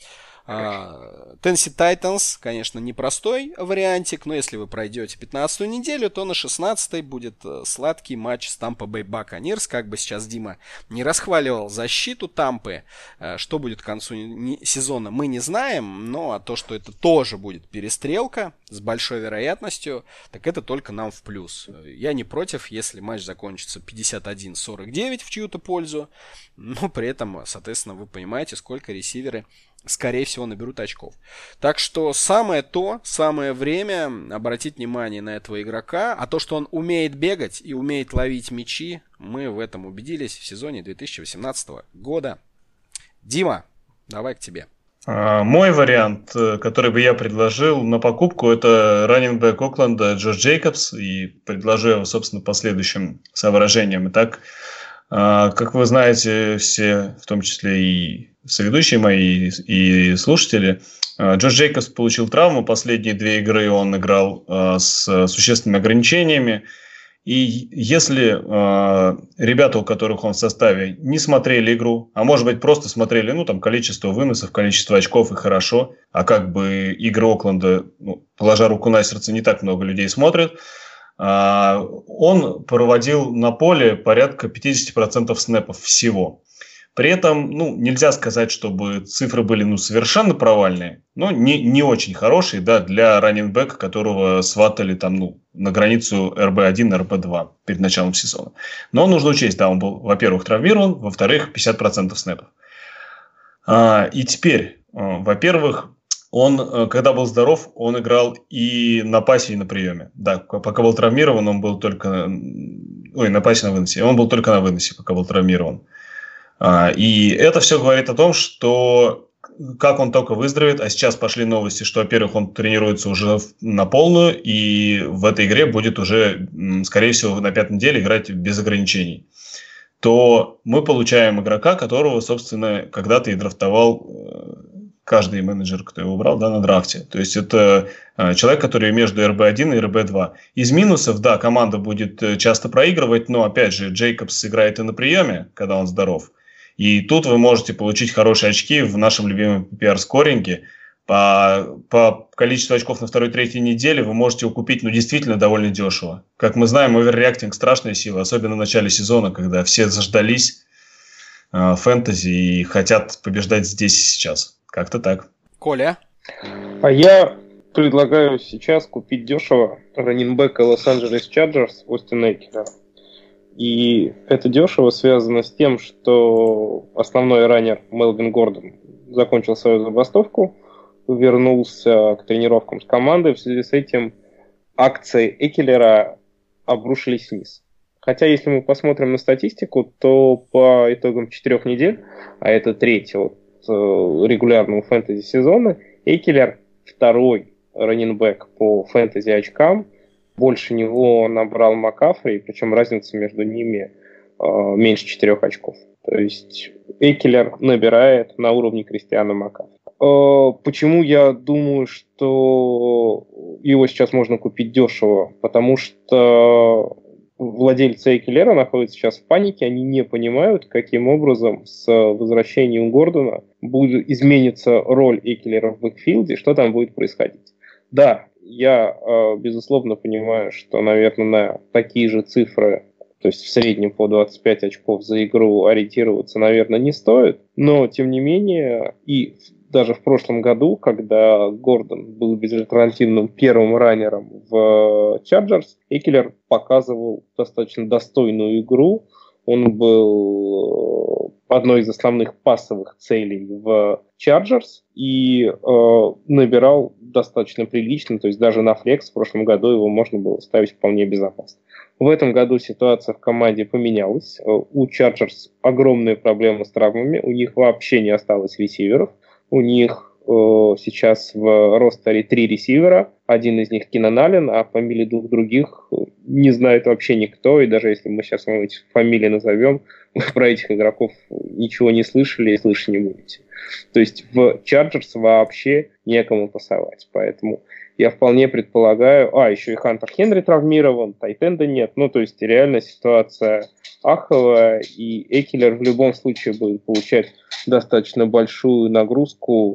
Теннесси Тайтанс, конечно, непростой вариантик, но если вы пройдете 15-ю неделю, то на 16-й будет сладкий матч с Тампа Бэй Баканирс. Как бы сейчас Дима не расхваливал защиту Тампы, что будет к концу сезона, мы не знаем, но то, что это тоже будет перестрелка с большой вероятностью, так это только нам в плюс. Я не против, если матч закончится 51-49 в чью-то пользу, но при этом, соответственно, вы понимаете, сколько ресиверы скорее всего наберут очков. Так что самое время обратить внимание на этого игрока, а то, что он умеет бегать и умеет ловить мячи, мы в этом убедились в сезоне 2018 года. Дима, давай к тебе.
Мой вариант, который бы я предложил на покупку, это раннинг-бэк Окленда Джош Джейкобс, и предложу его, собственно, по следующим соображениям. Итак, как вы знаете, все, в том числе и соведущие мои, и слушатели, Джош Джейкобс получил травму. Последние 2 игры он играл с существенными ограничениями. И если ребята, у которых он в составе, не смотрели игру, а может быть просто смотрели, количество выносов, количество очков и хорошо, а как бы игры Окленда, положа руку на сердце, не так много людей смотрят, он проводил на поле порядка 50% снэпов всего. При этом, нельзя сказать, чтобы цифры были, совершенно провальные, но не очень хорошие, да, для раннинг-бэка, которого сватали на границу РБ-1, РБ-2 перед началом сезона. Но нужно учесть, да, он был, во-первых, травмирован, во-вторых, 50% снэпов. И теперь, во-первых, он, когда был здоров, он играл и на пасе, и на приеме. Да, пока был травмирован, он был только... на пасе, на выносе. Он был только на выносе, пока был травмирован. И это все говорит о том, что как он только выздоровеет, а сейчас пошли новости, что, во-первых, он тренируется уже на полную, и в этой игре будет уже, скорее всего, на 5-й неделе играть без ограничений, то мы получаем игрока, которого, собственно, когда-то и драфтовал каждый менеджер, кто его брал, да, на драфте. То есть это человек, который между РБ-1 и РБ-2. Из минусов, да, команда будет часто проигрывать, но, опять же, Джейкобс играет и на приеме, когда он здоров. И тут вы можете получить хорошие очки в нашем любимом PPR-скоринге. По количеству очков на 2-3 неделе вы можете его купить, действительно довольно дешево. Как мы знаем, оверреактинг – страшная сила, особенно в начале сезона, когда все заждались фэнтези и хотят побеждать здесь и сейчас. Как-то так.
Коля?
А я предлагаю сейчас купить дешево раннинг-бека Лос-Анджелес Чарджерс Остина Экелера. И это дешево связано с тем, что основной раннер Мелвин Гордон закончил свою забастовку, вернулся к тренировкам с командой. В связи с этим акции Экелера обрушились вниз. Хотя, если мы посмотрим на статистику, то по итогам 4 недель, а это 3-я регулярного фэнтези-сезона, Экелер второй раннинг-бэк по фэнтези-очкам. Больше него набрал Маккафри, причем разница между ними меньше 4 очков. То есть Экелер набирает на уровне Кристиана Маккафри. Почему я думаю, что его сейчас можно купить дешево? Потому что владельцы Экелера находятся сейчас в панике, они не понимают, каким образом с возвращением Гордона изменится роль Экелера в бэкфилде, что там будет происходить. Да, я, безусловно, понимаю, что, наверное, на такие же цифры, то есть в среднем по 25 очков за игру ориентироваться, наверное, не стоит, но, тем не менее, и даже в прошлом году, когда Гордон был безальтернативным первым раннером в Чарджерс, Экелер показывал достаточно достойную игру. Он был одной из основных пассовых целей в Чарджерс и набирал достаточно прилично, то есть даже на флекс в прошлом году его можно было ставить вполне безопасно. В этом году ситуация в команде поменялась. У Чарджерс огромные проблемы с травмами, у них вообще не осталось ресиверов. У них сейчас в ростере 3 ресивера, один из них Кинан Аллен, а фамилии 2 других не знает вообще никто, и даже если мы сейчас вам эти фамилии назовем, вы про этих игроков ничего не слышали и слышать не будете. То есть в Чарджерс вообще некому пасовать, поэтому я вполне предполагаю... еще и Хантер Хенри травмирован, тайтенда нет, то есть реально ситуация аховая, и Экелер в любом случае будет получать достаточно большую нагрузку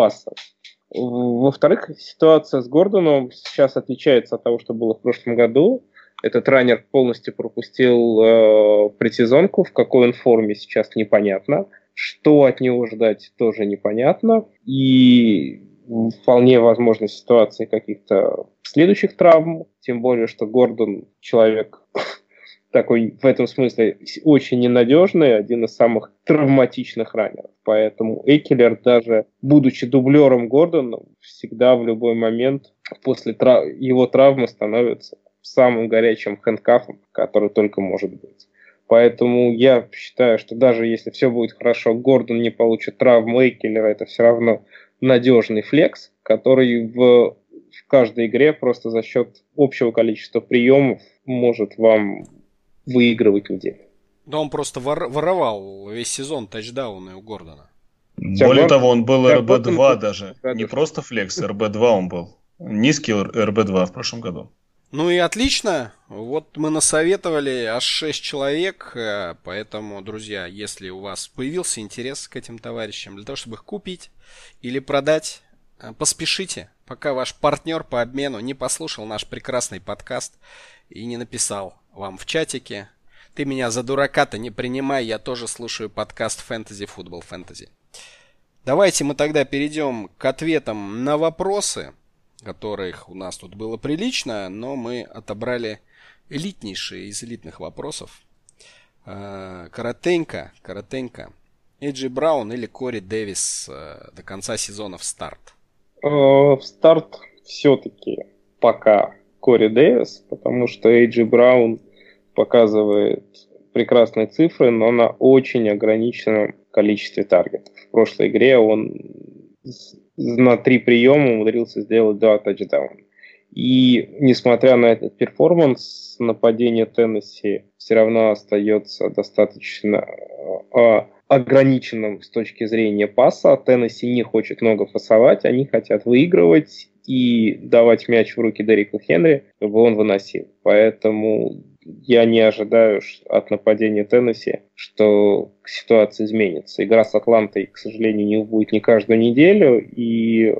паса. Во-вторых, ситуация с Гордоном сейчас отличается от того, что было в прошлом году. Этот раннер полностью пропустил предсезонку. В какой он форме сейчас непонятно. Что от него ждать тоже непонятно. И вполне возможны ситуации каких-то следующих травм. Тем более, что Гордон человек такой в этом смысле очень ненадежный, один из самых травматичных раннеров. Поэтому Экелер, даже будучи дублером Гордона, всегда в любой момент после его травмы становится самым горячим хэндкафом, который только может быть. Поэтому я считаю, что даже если все будет хорошо, Гордон не получит травму Экелера, это все равно надежный флекс, который в каждой игре просто за счет общего количества приемов может вам выигрывать неделю.
Да он просто воровал весь сезон тачдауны у Гордона.
Более того, он был РБ-2 даже. Не просто флекс, РБ-2 он был. Низкий РБ-2 в прошлом году.
Ну и отлично. Вот мы насоветовали аж 6 человек. Поэтому, друзья, если у вас появился интерес к этим товарищам, для того, чтобы их купить или продать, поспешите, пока ваш партнер по обмену не послушал наш прекрасный подкаст и не написал вам в чатике: ты меня за дурака-то не принимай, я тоже слушаю подкаст Fantasy Football Fantasy. Давайте мы тогда перейдем к ответам на вопросы, которых у нас тут было прилично, но мы отобрали элитнейшие из элитных вопросов. Коротенько. Эйджи Браун или Кори Дэвис до конца сезона в старт?
В старт все-таки пока Кори Дэвис, потому что Эйджи Браун показывает прекрасные цифры, но на очень ограниченном количестве таргетов. В прошлой игре он на 3 приема умудрился сделать 2 тачдауна. И несмотря на этот перформанс, нападение Теннесси все равно остается достаточно ограниченным с точки зрения паса. Теннесси не хочет много пасовать, они хотят выигрывать и давать мяч в руки Дерику Хенри, чтобы он выносил. Поэтому я не ожидаю от нападения Теннесси, что ситуация изменится. Игра с Атлантой, к сожалению, не будет не каждую неделю, и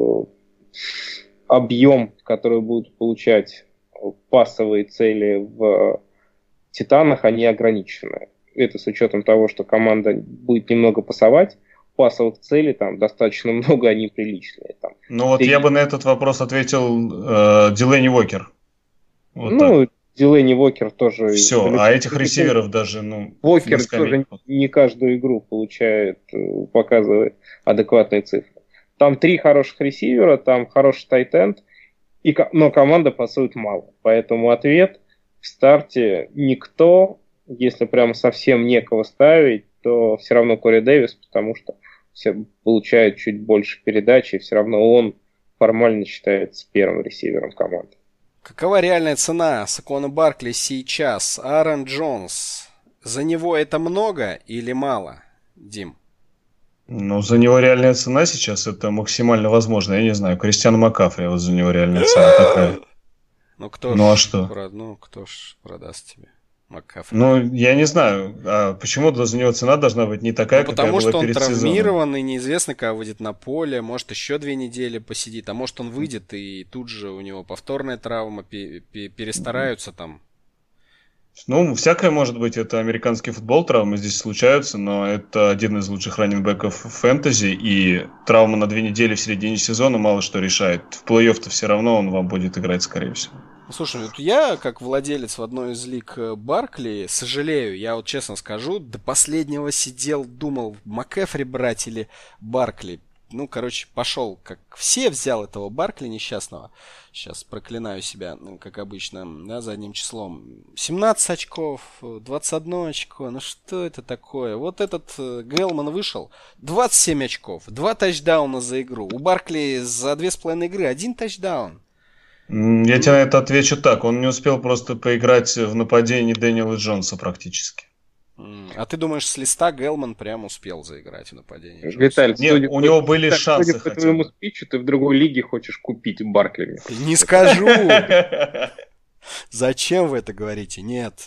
объем, который будут получать пасовые цели в Титанах, они ограничены. Это с учетом того, что команда будет немного пасовать, пасовых целей там достаточно много, они приличные. Там.
Ну вот я бы на этот вопрос ответил Дилейни Уокер.
Вот Дилейни Уокер тоже...
Все, а этих ресиверов даже...
Уокер тоже не каждую игру показывает адекватные цифры. Там 3 хороших ресивера, там хороший тайтенд, но команда пасует мало. Поэтому ответ в старте никто, если прям совсем некого ставить, то все равно Кори Дэвис, потому что все получают чуть больше передач, и все равно он формально считается первым ресивером команды.
Какова реальная цена Сакона Баркли сейчас? Аарон Джонс. За него это много или мало, Дим?
За него реальная цена сейчас это максимально возможно. Я не знаю, Кристиан Маккафри, вот за него реальная цена такая.
А
что?
Кто ж продаст тебе Маккафри?
Я не знаю, а почему за него цена должна быть не такая, какая была перед сезоном?
Потому что он травмирован, и неизвестно, когда выйдет на поле. Может, еще 2 недели посидит, а может, он выйдет, и тут же у него повторная травма, перестараются там.
Всякое может быть, это американский футбол, травмы здесь случаются, но это один из лучших раннингбеков в фэнтези, и травма на 2 недели в середине сезона мало что решает. В плей-офф-то все равно он вам будет играть, скорее всего.
Слушай, вот я, как владелец в одной из лиг Баркли, сожалею, я вот честно скажу, до последнего сидел, думал, Маккафри брать или Баркли. Пошел, как все, взял этого Баркли несчастного. Сейчас проклинаю себя, как обычно, задним числом. 17 очков, 21 очко, что это такое? Вот этот Гелман вышел, 27 очков, 2 тачдауна за игру. У Баркли за 2,5 игры 1 тачдаун.
Я тебе на это отвечу так, он не успел просто поиграть в нападении Дэниела Джонса практически.
А ты думаешь, с листа Гелман прям успел заиграть в нападении?
Виталий,
у него были шансы.
Судя по твоему спичу, ты в другой лиге хочешь купить Баркли.
Не скажу! Зачем вы это говорите? Нет!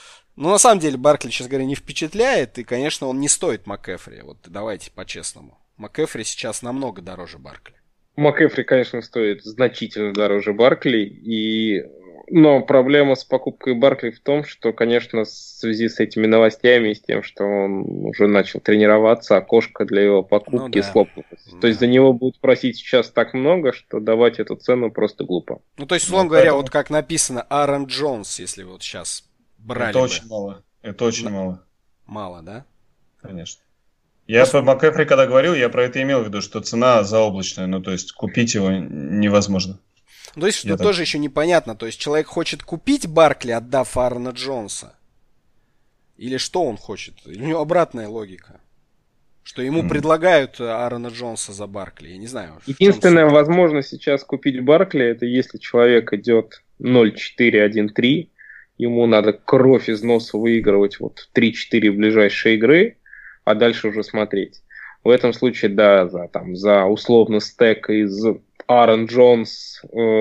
На самом деле, Баркли, сейчас говоря, не впечатляет, и, конечно, он не стоит Маккафри. Вот давайте по-честному. МcCaffrey сейчас намного дороже Баркли.
МcCaffrey, конечно, стоит значительно дороже Баркли, но проблема с покупкой Баркли в том, что, конечно, в связи с этими новостями и с тем, что он уже начал тренироваться, окошко для его покупки слопнулось. То есть за него будут просить сейчас так много, что давать эту цену просто глупо.
Ну, то есть, условно говоря, вот как написано, Аарон Джонс, если вот сейчас брали
Это
бы.
очень мало. Это очень мало.
Мало, да?
Конечно. Я про МcCaffrey, когда говорил, я про это имел в виду, что цена заоблачная, ну, то есть купить его невозможно.
То есть, что тоже еще непонятно, то есть человек хочет купить Баркли, отдав Аарона Джонса? Или что он хочет? Или у него обратная логика? Что ему предлагают Аарона Джонса за Баркли, я не знаю.
Единственная возможность сейчас купить Баркли, это если человек идет 0-4-1-3, ему надо кровь из носа выигрывать вот 3-4 ближайшие игры, а дальше уже смотреть. В этом случае, да, за условно стек из Аарон Джонс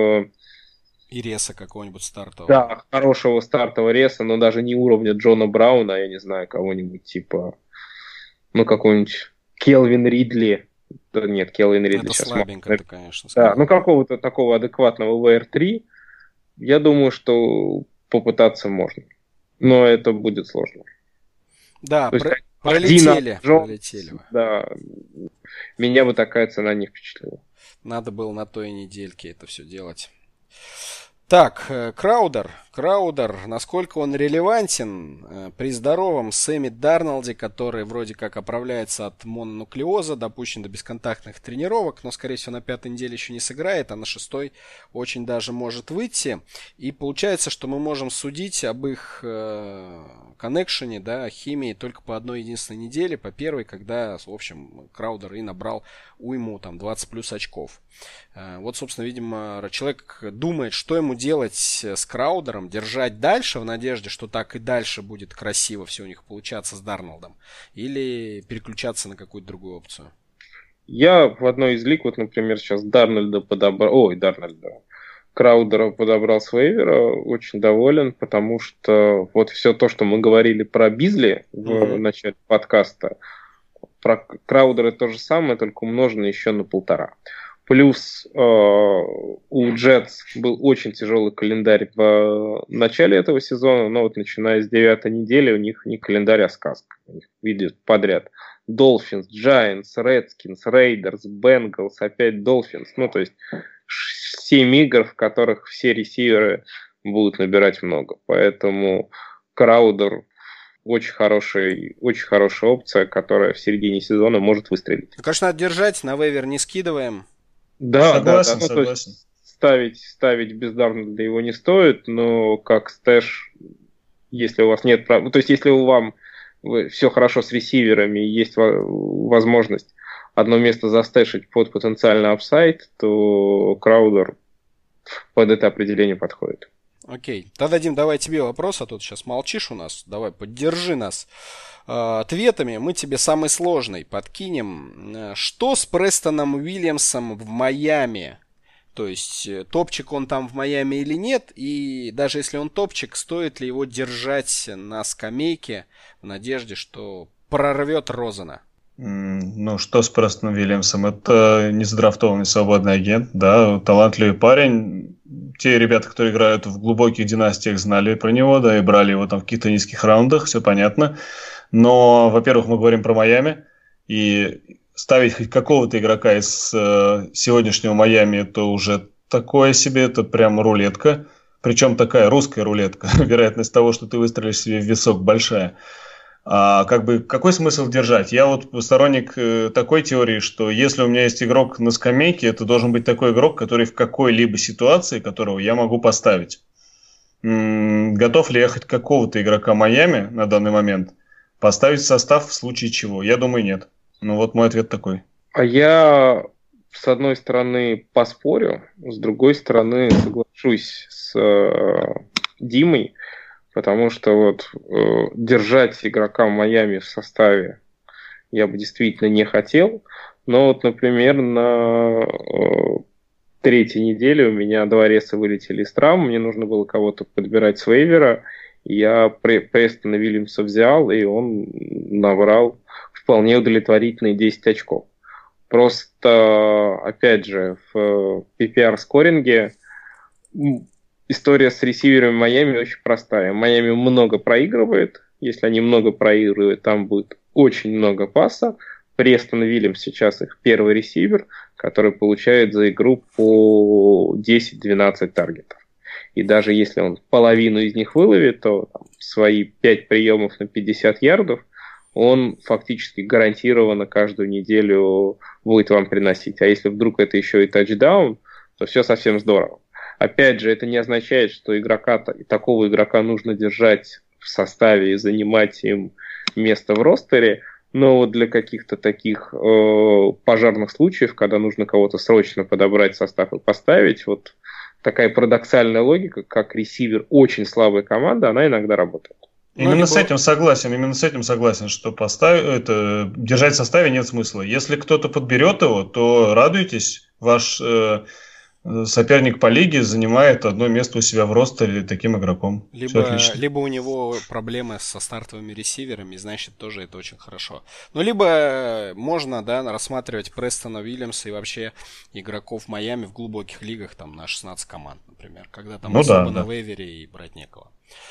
и реса какого-нибудь стартового.
Да, хорошего стартового реса, но даже не уровня Джона Брауна, я не знаю, кого-нибудь типа, какого-нибудь Келвин Ридли. Да, нет, Келвин Ридли
это
сейчас
слабенько, это, конечно.
Да, какого-то такого адекватного VR3, я думаю, что попытаться можно. Но это будет сложно.
Да, пролетели.
Да, меня бы такая цена не впечатлила.
Надо было на той недельке это все делать. Так, Краудер, насколько он релевантен при здоровом Сэмми Дарнолде, который вроде как оправляется от мононуклеоза, допущен до бесконтактных тренировок, но, скорее всего, на 5-й неделе еще не сыграет, а на 6-й очень даже может выйти. И получается, что мы можем судить об их коннекшене, да, химии только по одной единственной неделе, по первой, когда, в общем, Краудер и набрал уйму, 20 плюс очков. Вот, собственно, видимо, человек думает, что ему делать с Краудером, держать дальше в надежде, что так и дальше будет красиво все у них получаться с Дарнолдом, или переключаться на какую-то другую опцию.
Я в одной из лиг, например, сейчас Краудера подобрал с вейвера, очень доволен, потому что вот все то, что мы говорили про Бизли в начале подкаста, про Краудера то же самое, только умножено еще на 1,5. Плюс у Джетс был очень тяжелый календарь в начале этого сезона, но вот начиная с 9-й недели у них не календарь, а сказка. У них видят подряд Dolphins, Giants, Redskins, Raiders, Bengals, опять Dolphins. То есть 7 игр, в которых все ресиверы будут набирать много. Поэтому Краудер очень хорошая опция, которая в середине сезона может выстрелить.
Конечно, надо держать, на вейвер не скидываем.
Да, согласен. Ставить без Дарнолда его не стоит, но как стэш, если у вас нет... То есть, если у вам все хорошо с ресиверами, есть возможность одно место застэшить под потенциальный апсайд, то Краудер под это определение подходит.
Окей. Тогда, Дим, давай тебе вопрос, а тут сейчас молчишь у нас. Давай, поддержи нас ответами. Мы тебе самый сложный подкинем. Что с Престоном Уильямсом в Майами? То есть, топчик он там в Майами или нет? И даже если он топчик, стоит ли его держать на скамейке в надежде, что прорвет Розена?
Что с Престоном Уильямсом? Это незадрафтованный свободный агент, да, талантливый парень. Те ребята, которые играют в глубоких династиях, знали про него, да, и брали его там в каких-то низких раундах, все понятно. Но, во-первых, мы говорим про Майами, и ставить хоть какого-то игрока из сегодняшнего Майами, это уже такое себе, это прям рулетка. Причем такая русская рулетка. Вероятность того, что ты выстрелишь себе в висок, большая. Какой смысл держать? Я вот сторонник такой теории, что если у меня есть игрок на скамейке, это должен быть такой игрок, который в какой-либо ситуации, которого я могу поставить. Готов ли я хоть какого-то игрока Майами на данный момент поставить в состав в случае чего? Я думаю, нет. Вот мой ответ такой.
А я, с одной стороны, поспорю, с другой стороны, соглашусь с Димой, потому что держать игрока в Майами в составе я бы действительно не хотел. Но например, на 3-й неделе у меня 2 реса вылетели из травм, мне нужно было кого-то подбирать с вейвера. Я Престона Уильямса взял, и он набрал вполне удовлетворительные 10 очков. Просто, опять же, в PPR-скоринге история с ресиверами Майами очень простая. Майами много проигрывает. Если они много проигрывают, там будет очень много паса. Престон Уильямс сейчас их первый ресивер, который получает за игру по 10-12 таргетов. И даже если он половину из них выловит, то там, свои 5 приемов на 50 ярдов он фактически гарантированно каждую неделю будет вам приносить. А если вдруг это еще и тачдаун, то все совсем здорово. Опять же, это не означает, что такого игрока нужно держать в составе и занимать им место в ростере. Но вот для каких-то таких пожарных случаев, когда нужно кого-то срочно подобрать состав и поставить, вот такая парадоксальная логика, как ресивер очень слабой команды, она иногда работает.
Именно с этим согласен, что держать в составе нет смысла. Если кто-то подберет его, то радуйтесь, ваш соперник по лиге занимает одно место у себя в ростере таким игроком.
Либо у него проблемы со стартовыми ресиверами, значит, тоже это очень хорошо. Ну, либо можно, рассматривать Престона Уильямса и вообще игроков Майами в глубоких лигах, там, на 16 команд, например, когда там особо на вейвере и брать некого.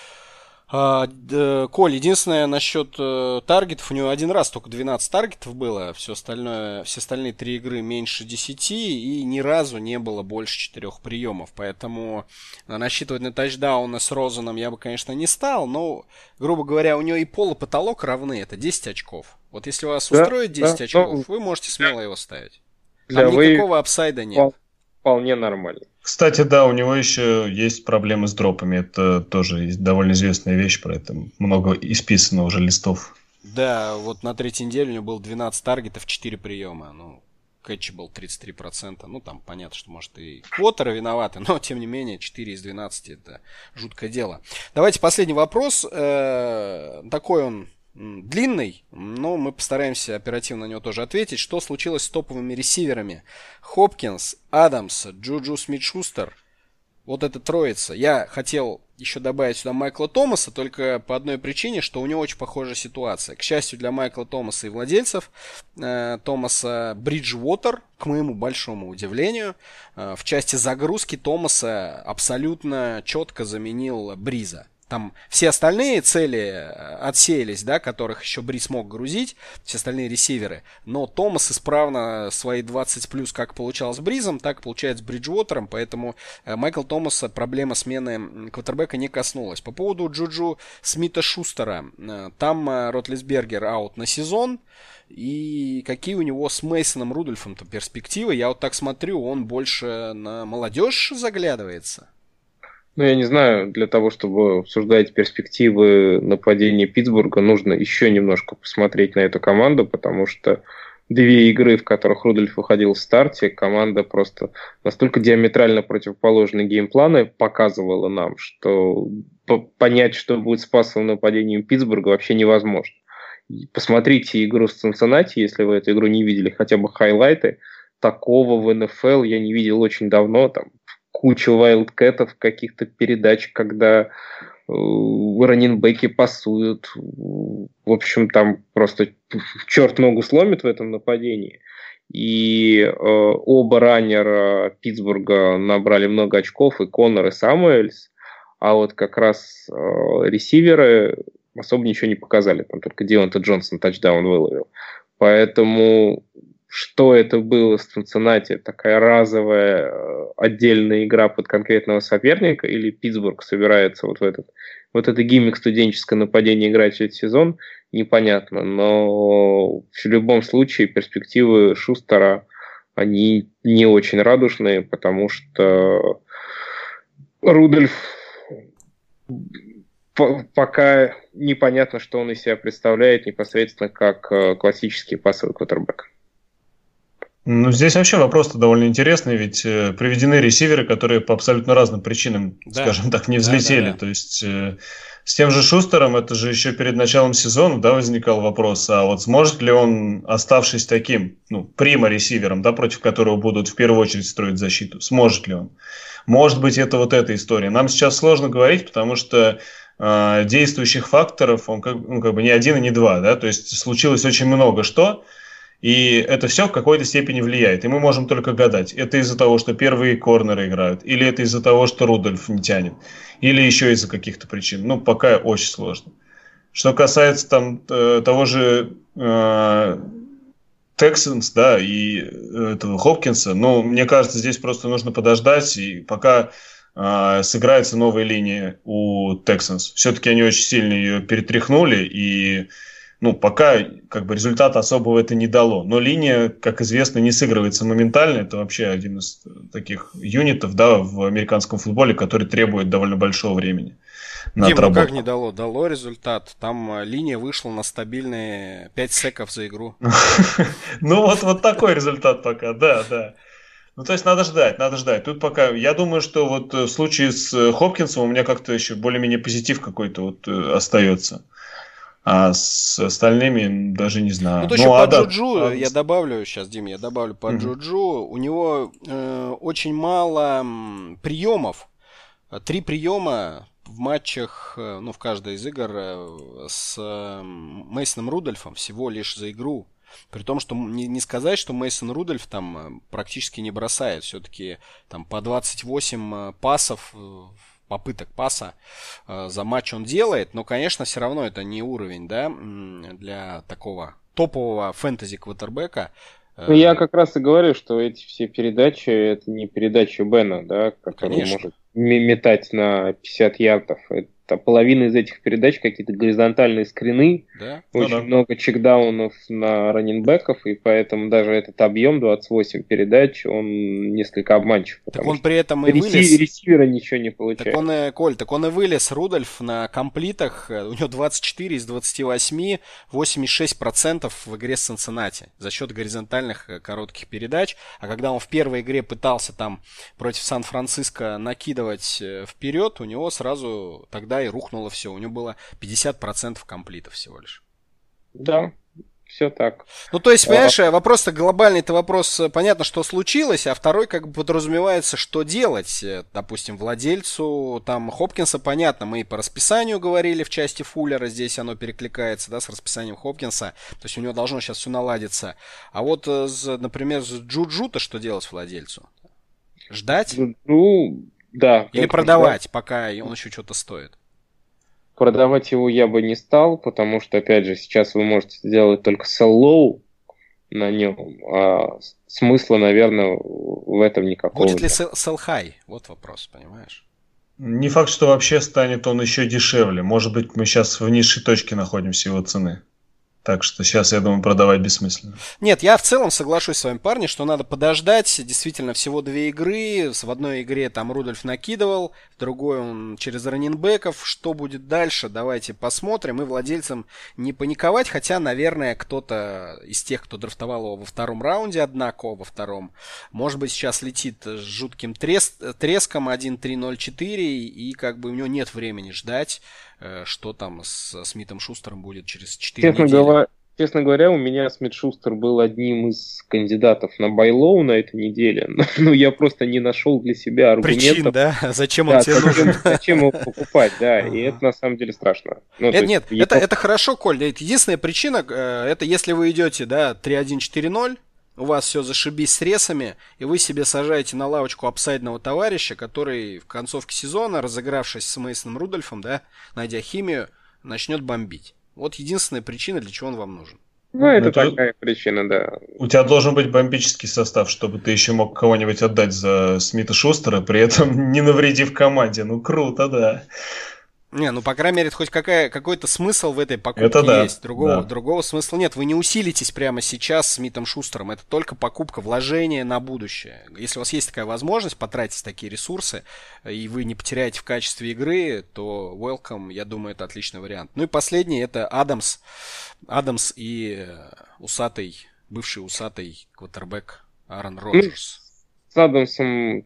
Коль, единственное насчет таргетов, у него один раз только 12 таргетов было, все остальные 3 игры меньше 10, и ни разу не было больше 4 приемов, поэтому рассчитывать на тачдауны с Розаном я бы, конечно, не стал, но, грубо говоря, у него и пол, и потолок равны, это 10 очков. Вот если вас устроит 10 очков, вы можете смело его ставить. Там никакого апсайда нет.
Вполне нормально.
Кстати, да, у него еще есть проблемы с дропами. Это тоже довольно известная вещь, про это много исписано уже листов.
Да, вот на третьей неделе у него было 12 таргетов, 4 приема. Кэтч был 33%. Там понятно, что, может, и квотеры виноваты, но, тем не менее, 4 из 12 это жуткое дело. Давайте последний вопрос. Такой он длинный, но мы постараемся оперативно на него тоже ответить. Что случилось с топовыми ресиверами? Хопкинс, Адамс, Джуджу Смит-Шустер. Вот эта троица. Я хотел еще добавить сюда Майкла Томаса, только по одной причине, что у него очень похожая ситуация. К счастью для Майкла Томаса и владельцев Томаса, Бриджвотер, к моему большому удивлению, в части загрузки Томаса абсолютно четко заменил Бриза. Там все остальные цели отсеялись, которых еще Бриз мог грузить, все остальные ресиверы. Но Томас исправно свои 20+, как получалось с Бризом, так получается с Бриджвотером. Поэтому Майкл Томаса проблема смены квотербека не коснулась. По поводу Джуджу Смита-Шустера. Там Ротлисбергер аут на сезон. И какие у него с Мейсоном Рудольфом-то перспективы? Я вот так смотрю, он больше на молодежь заглядывается.
Я не знаю, для того, чтобы обсуждать перспективы нападения Питтсбурга, нужно еще немножко посмотреть на эту команду, потому что 2 игры, в которых Рудольф выходил в старте, команда просто настолько диаметрально противоположные геймпланы показывала нам, что понять, что будет с пассовым нападением Питтсбурга, вообще невозможно. Посмотрите игру с Цинциннати, если вы эту игру не видели, хотя бы хайлайты. Такого в НФЛ я не видел очень давно, там куча вайлдкэтов, каких-то передач, когда раннинбеки пасуют. В общем, там просто черт ногу сломит в этом нападении. И оба раннера Питтсбурга набрали много очков, и Коннор, и Самуэльс. А вот как раз ресиверы особо ничего не показали. Там только Дионта Джонсон тачдаун выловил. Поэтому что это было с Цинциннати? Такая разовая отдельная игра под конкретного соперника? Или Питтсбург собирается вот в этот гиммик студенческое нападение играть весь сезон? Непонятно. Но в любом случае перспективы Шустера, они не очень радужные, потому что Рудольф пока непонятно, что он из себя представляет непосредственно как классический пассовый квотербек.
Здесь вообще вопрос-то довольно интересный, ведь приведены ресиверы, которые по абсолютно разным причинам, скажем так, не взлетели. Да. То есть с тем же Шустером, это же еще перед началом сезона, возникал вопрос, а вот сможет ли он, оставшись таким, прима-ресивером, против которого будут в первую очередь строить защиту, сможет ли он? Может быть, это вот эта история. Нам сейчас сложно говорить, потому что действующих факторов, он как бы не один и не два, то есть случилось очень много что. И это все в какой-то степени влияет. И мы можем только гадать, это из-за того, что первые корнеры играют, или это из-за того, что Рудольф не тянет, или еще из-за каких-то причин. Ну, пока очень сложно. Что касается там того же Texans, да, и этого Хопкинса, ну, мне кажется, здесь просто нужно подождать, и пока сыграется новая линия у Texans. Все-таки они очень сильно ее перетряхнули, и ну, пока как бы результата особого это не дало. Но линия, как известно, не сыгрывается моментально. Это вообще один из таких юнитов, да, в американском футболе, который требует довольно большого времени на
Дим, ну
отработку.
как не дало? Дало результат. Там линия вышла на стабильные 5 секов за игру.
Ну, вот такой результат пока, да. Ну, то есть надо ждать. Тут пока, я думаю, что вот в случае с Хопкинсом у меня как-то еще более-менее позитив какой-то вот остается. А с остальными даже не знаю.
Тут еще по Джуджу,
да.
я добавлю сейчас, Дим, я добавлю по Джуджу. У него очень мало приемов. 3 приема в матчах, ну, в каждой из игр с Мейсоном Рудольфом всего лишь за игру. При том, что не сказать, что Мейсон Рудольф там практически не бросает. Все-таки там по 28 пасов, попыток паса за матч он делает. Но, конечно, все равно это не уровень, да, для такого топового фэнтези-квотербека.
Ну, я как раз и говорю, что эти все передачи, это не передачи Бена, да, который
Конечно.
может метать на 50 ярдов. Это половина из этих передач какие-то горизонтальные скрины,
Да?
очень много чекдаунов на раннинбеков, и поэтому даже этот объем 28 передач, он несколько обманчив.
Так он при этом и вылез.
Ресивера ничего не получает.
Так он и вылез, Рудольф, на комплитах. У него 24 из 28, 86% в игре с Цинциннати за счет горизонтальных коротких передач. А когда он в первой игре пытался там против Сан-Франциско накидывать вперед, у него сразу тогда и рухнуло все. У него было 50% комплитов всего лишь.
Да, все так.
Ну, то есть, понимаешь, вопрос-то глобальный-то вопрос, понятно, что случилось, а второй как бы подразумевается, что делать. Допустим, владельцу там Хопкинса, понятно, мы и по расписанию говорили в части Фуллера, здесь оно перекликается, да, с расписанием Хопкинса, то есть у него должно сейчас все наладиться. А вот, например, с Джуджу-то что делать владельцу? Ждать?
Ну, да.
Или продавать, пока он еще что-то стоит?
Продавать его я бы не стал, потому что, опять же, сейчас вы можете сделать только sell low на нем, а смысла, наверное, в этом никакого
Будет ли
нет.
sell high? Вот вопрос, понимаешь?
Не факт, что вообще станет он еще дешевле. Может быть, мы сейчас в низшей точке находимся его цены. Так что сейчас, я думаю, продавать бессмысленно.
Нет, я в целом соглашусь с вами, парни, что надо подождать. Действительно, всего 2 игры. В одной игре там Рудольф накидывал, в другой он через раннинбеков. Что будет дальше, давайте посмотрим. И владельцам не паниковать. Хотя, наверное, кто-то из тех, кто драфтовал его во втором раунде, однако во втором, может быть, сейчас летит с жутким треском 1-3-0-4. И как бы у него нет времени ждать, что там с Смитом Шустером будет через 4 недели.
Честно говоря, у меня Смит Шустер был одним из кандидатов на байлоу на этой неделе, но я просто не нашел для себя аргументов.
Причин, да? Зачем он тебе нужен?
Зачем его покупать, да, и это на самом деле страшно.
Нет, это хорошо, Коль, единственная причина, это если вы идете, да, 3-1-4-0, у вас все зашибись с ресами, и вы себе сажаете на лавочку апсайдного товарища, который в концовке сезона, разыгравшись с Мейсоном Рудольфом, да, найдя химию, начнет бомбить. Вот единственная причина, для чего он вам нужен.
Ну, это такая причина, да.
У тебя должен быть бомбический состав, чтобы ты еще мог кого-нибудь отдать за Смита Шустера, при этом не навредив команде. Ну, круто, да.
Не, ну, по крайней мере, хоть какой-то смысл в этой покупке есть. Другого смысла нет. Вы не усилитесь прямо сейчас с Смитом Шустером. Это только покупка, вложение на будущее. Если у вас есть такая возможность потратить такие ресурсы, и вы не потеряете в качестве игры, то welcome, я думаю, это отличный вариант. Ну и последний, это Адамс. Адамс и бывший усатый квотербек Аарон Роджерс.
С Адамсом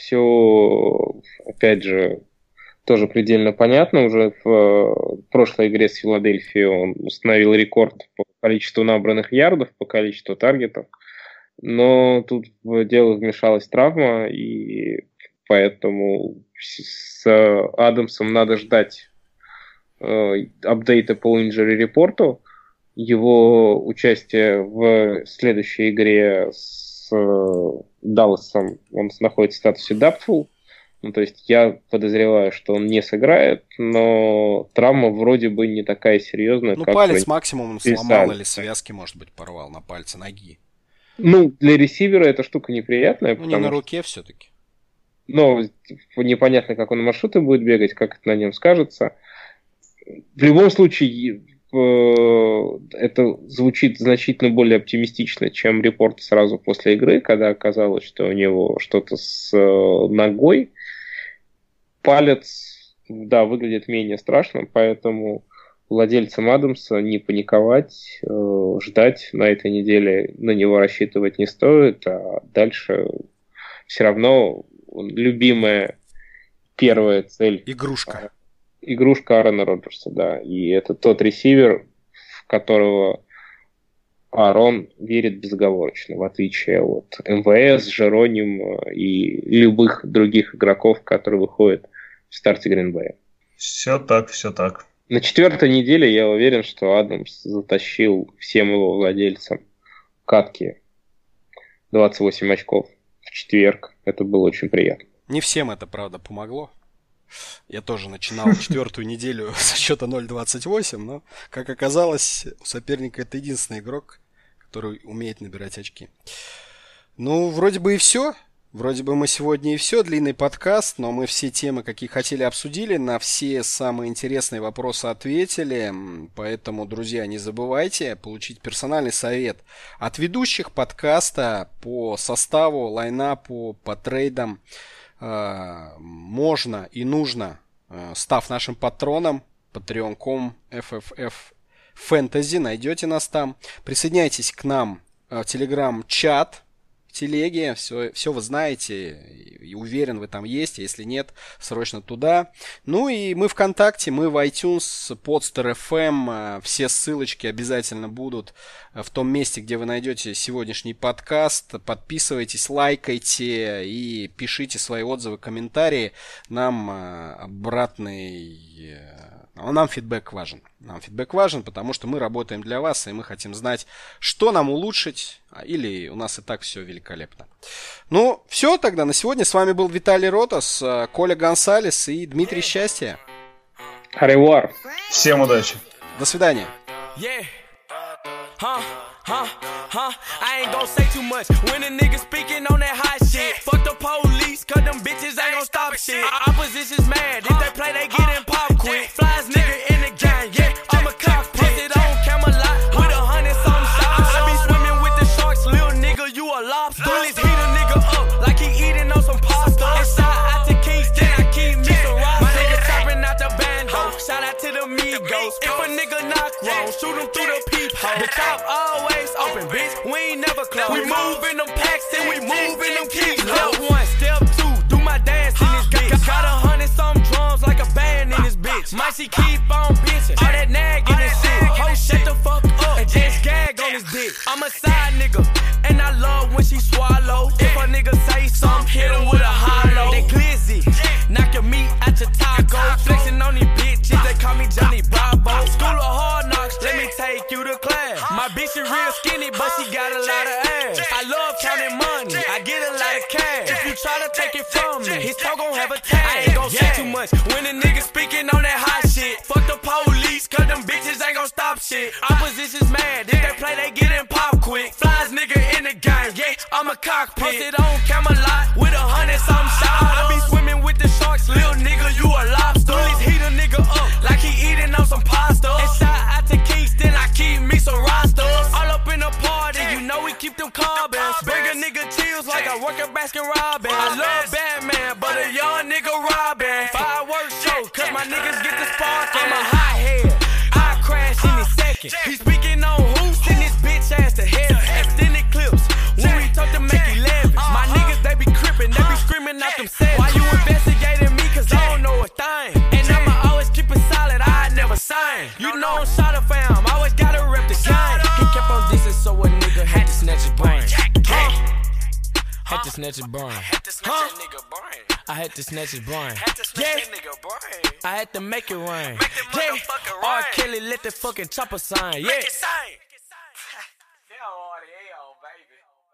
все, опять же, тоже предельно понятно. Уже в прошлой игре с Филадельфией он установил рекорд по количеству набранных ярдов, по количеству таргетов. Но тут в дело вмешалась травма, и поэтому с Адамсом надо ждать апдейта по injury репорту. его участие в следующей игре с Далласом, он находится в статусе doubtful. Ну, то есть я подозреваю, что он не сыграет, но травма вроде бы не такая серьезная.
Ну, палец максимум он сломал или связки, может быть, порвал на пальце ноги.
Ну, для ресивера эта штука неприятная.
Ну, не на руке все-таки.
Но непонятно, как он маршруты будет бегать, как это на нем скажется. В любом случае, это звучит значительно более оптимистично, чем репорт сразу после игры, когда оказалось, что у него что-то с ногой. Палец, да, выглядит менее страшным, поэтому владельцам Адамса не паниковать, ждать на этой неделе, на него рассчитывать не стоит, а дальше все равно любимая первая цель.
Игрушка
Аарона Роджерса, да. И это тот ресивер, в которого Аарон верит безоговорочно, в отличие от МВС, Жероним и любых других игроков, которые выходят в старте Грин-Бэя.
Все так, все так.
На 4-й неделе я уверен, что Адамс затащил всем его владельцам катки 28 очков в четверг. Это было очень приятно.
Не всем это, правда, помогло. Я тоже начинал 4-ю неделю со счета 0-28, но, как оказалось, у соперника это единственный игрок, который умеет набирать очки. Ну, вроде бы и все. Вроде бы мы сегодня и все. Длинный подкаст, но мы все темы, какие хотели, обсудили. На все самые интересные вопросы ответили. Поэтому, друзья, не забывайте получить персональный совет от ведущих подкаста по составу, лайнапу, по трейдам. Можно и нужно, став нашим патроном, patreon.com FFF Fantasy, найдете нас там. Присоединяйтесь к нам в телеграм-чат, в телеге, все вы знаете, и уверен, вы там есть, если нет, срочно туда. Ну и мы ВКонтакте, мы в iTunes, Podster FM, все ссылочки обязательно будут в том месте, где вы найдете сегодняшний подкаст. Подписывайтесь, лайкайте и пишите свои отзывы, комментарии. Нам нам фидбэк важен. Нам фидбэк важен, потому что мы работаем для вас, и мы хотим знать, что нам улучшить, или у нас и так все великолепно. Ну, все тогда. На сегодня с вами был Виталий Ротас, Коля Гонсалес и Дмитрий Счастье.
Аревуар.
Всем удачи.
До свидания.
I ain't gon' say too much when a nigga speaking on that hot shit. Fuck the police, cause them bitches ain't gon' stop shit. Opposition's mad, if they play, they getting pop quick. Flies nigga in the gang, yeah, I'm a cockpit. Posted on Camelot with 100-something shots. I be swimming with the sharks, little nigga, you a lobster. Bullies heat a nigga up like he eating on some pasta. Inside out to Kingston, I keep me some rocks. My nigga chopping out the bando, shout out to the Migos. If a nigga knock wrong, shoot him through the peephole. The top always open, bitch, we ain't never close. We move in them packs and we move in them keys. Step 1, step 2, do my dance in this bitch. Got 100-something drums like a band in this bitch. Might she keep on bitching, all that nagging and shit. Ho, shut the fuck up and just gag on this dick. I'm a side nigga, and I love when she swallow. If a nigga say something, hit him with a hollow. They glizzy, knock your meat out your taco. Flexing on these bitches, they call me Johnny Bravo. School of hard knocks, let me take you to class. My bitch is real skinny, but she got a lot of ass. I love counting money, I get a lot of cash. If you try to take it from me, his toe gon' have a tag. I ain't gon' say too much when a nigga speaking on that hot shit. Fuck the police, cause them bitches ain't gon' stop shit. Opposition's mad, if they play, they getting pop quick. Flies nigga in the game, yeah, I'm a cockpit. Posted on Camelot with 100-something shots. I be swimming with the sharks, little nigga, you a lobster. Bullies heat a nigga up like he eating on some pasta. And shout out to Kingston, I keep me some rosters. All up in the party, you know we keep them carbons. Bring a nigga chills like I work at Baskin Robbins. I love Batman, but a young nigga robbing. Fireworks show, cause my niggas get the spark. I'm a hothead, I crash in a second. He speaking on who send this bitch ass to heaven. Extended clips, when we talk to make 11. My niggas, they be crippin', they be screaming out them sets. Why you investigating me, cause I don't know a thing. And I'ma always keep it solid, I ain't never sign. You know I'm shot of fam, always gotta rep the game. He kept on dissing, so a nigga had to snatch his brain. Had to snatch his brain. I had to snatch his brain. Yeah, I had to make it rain. Yeah, R. Kelly let Make that fucking chopper sign, yeah. Make it sing. They don't want it, baby.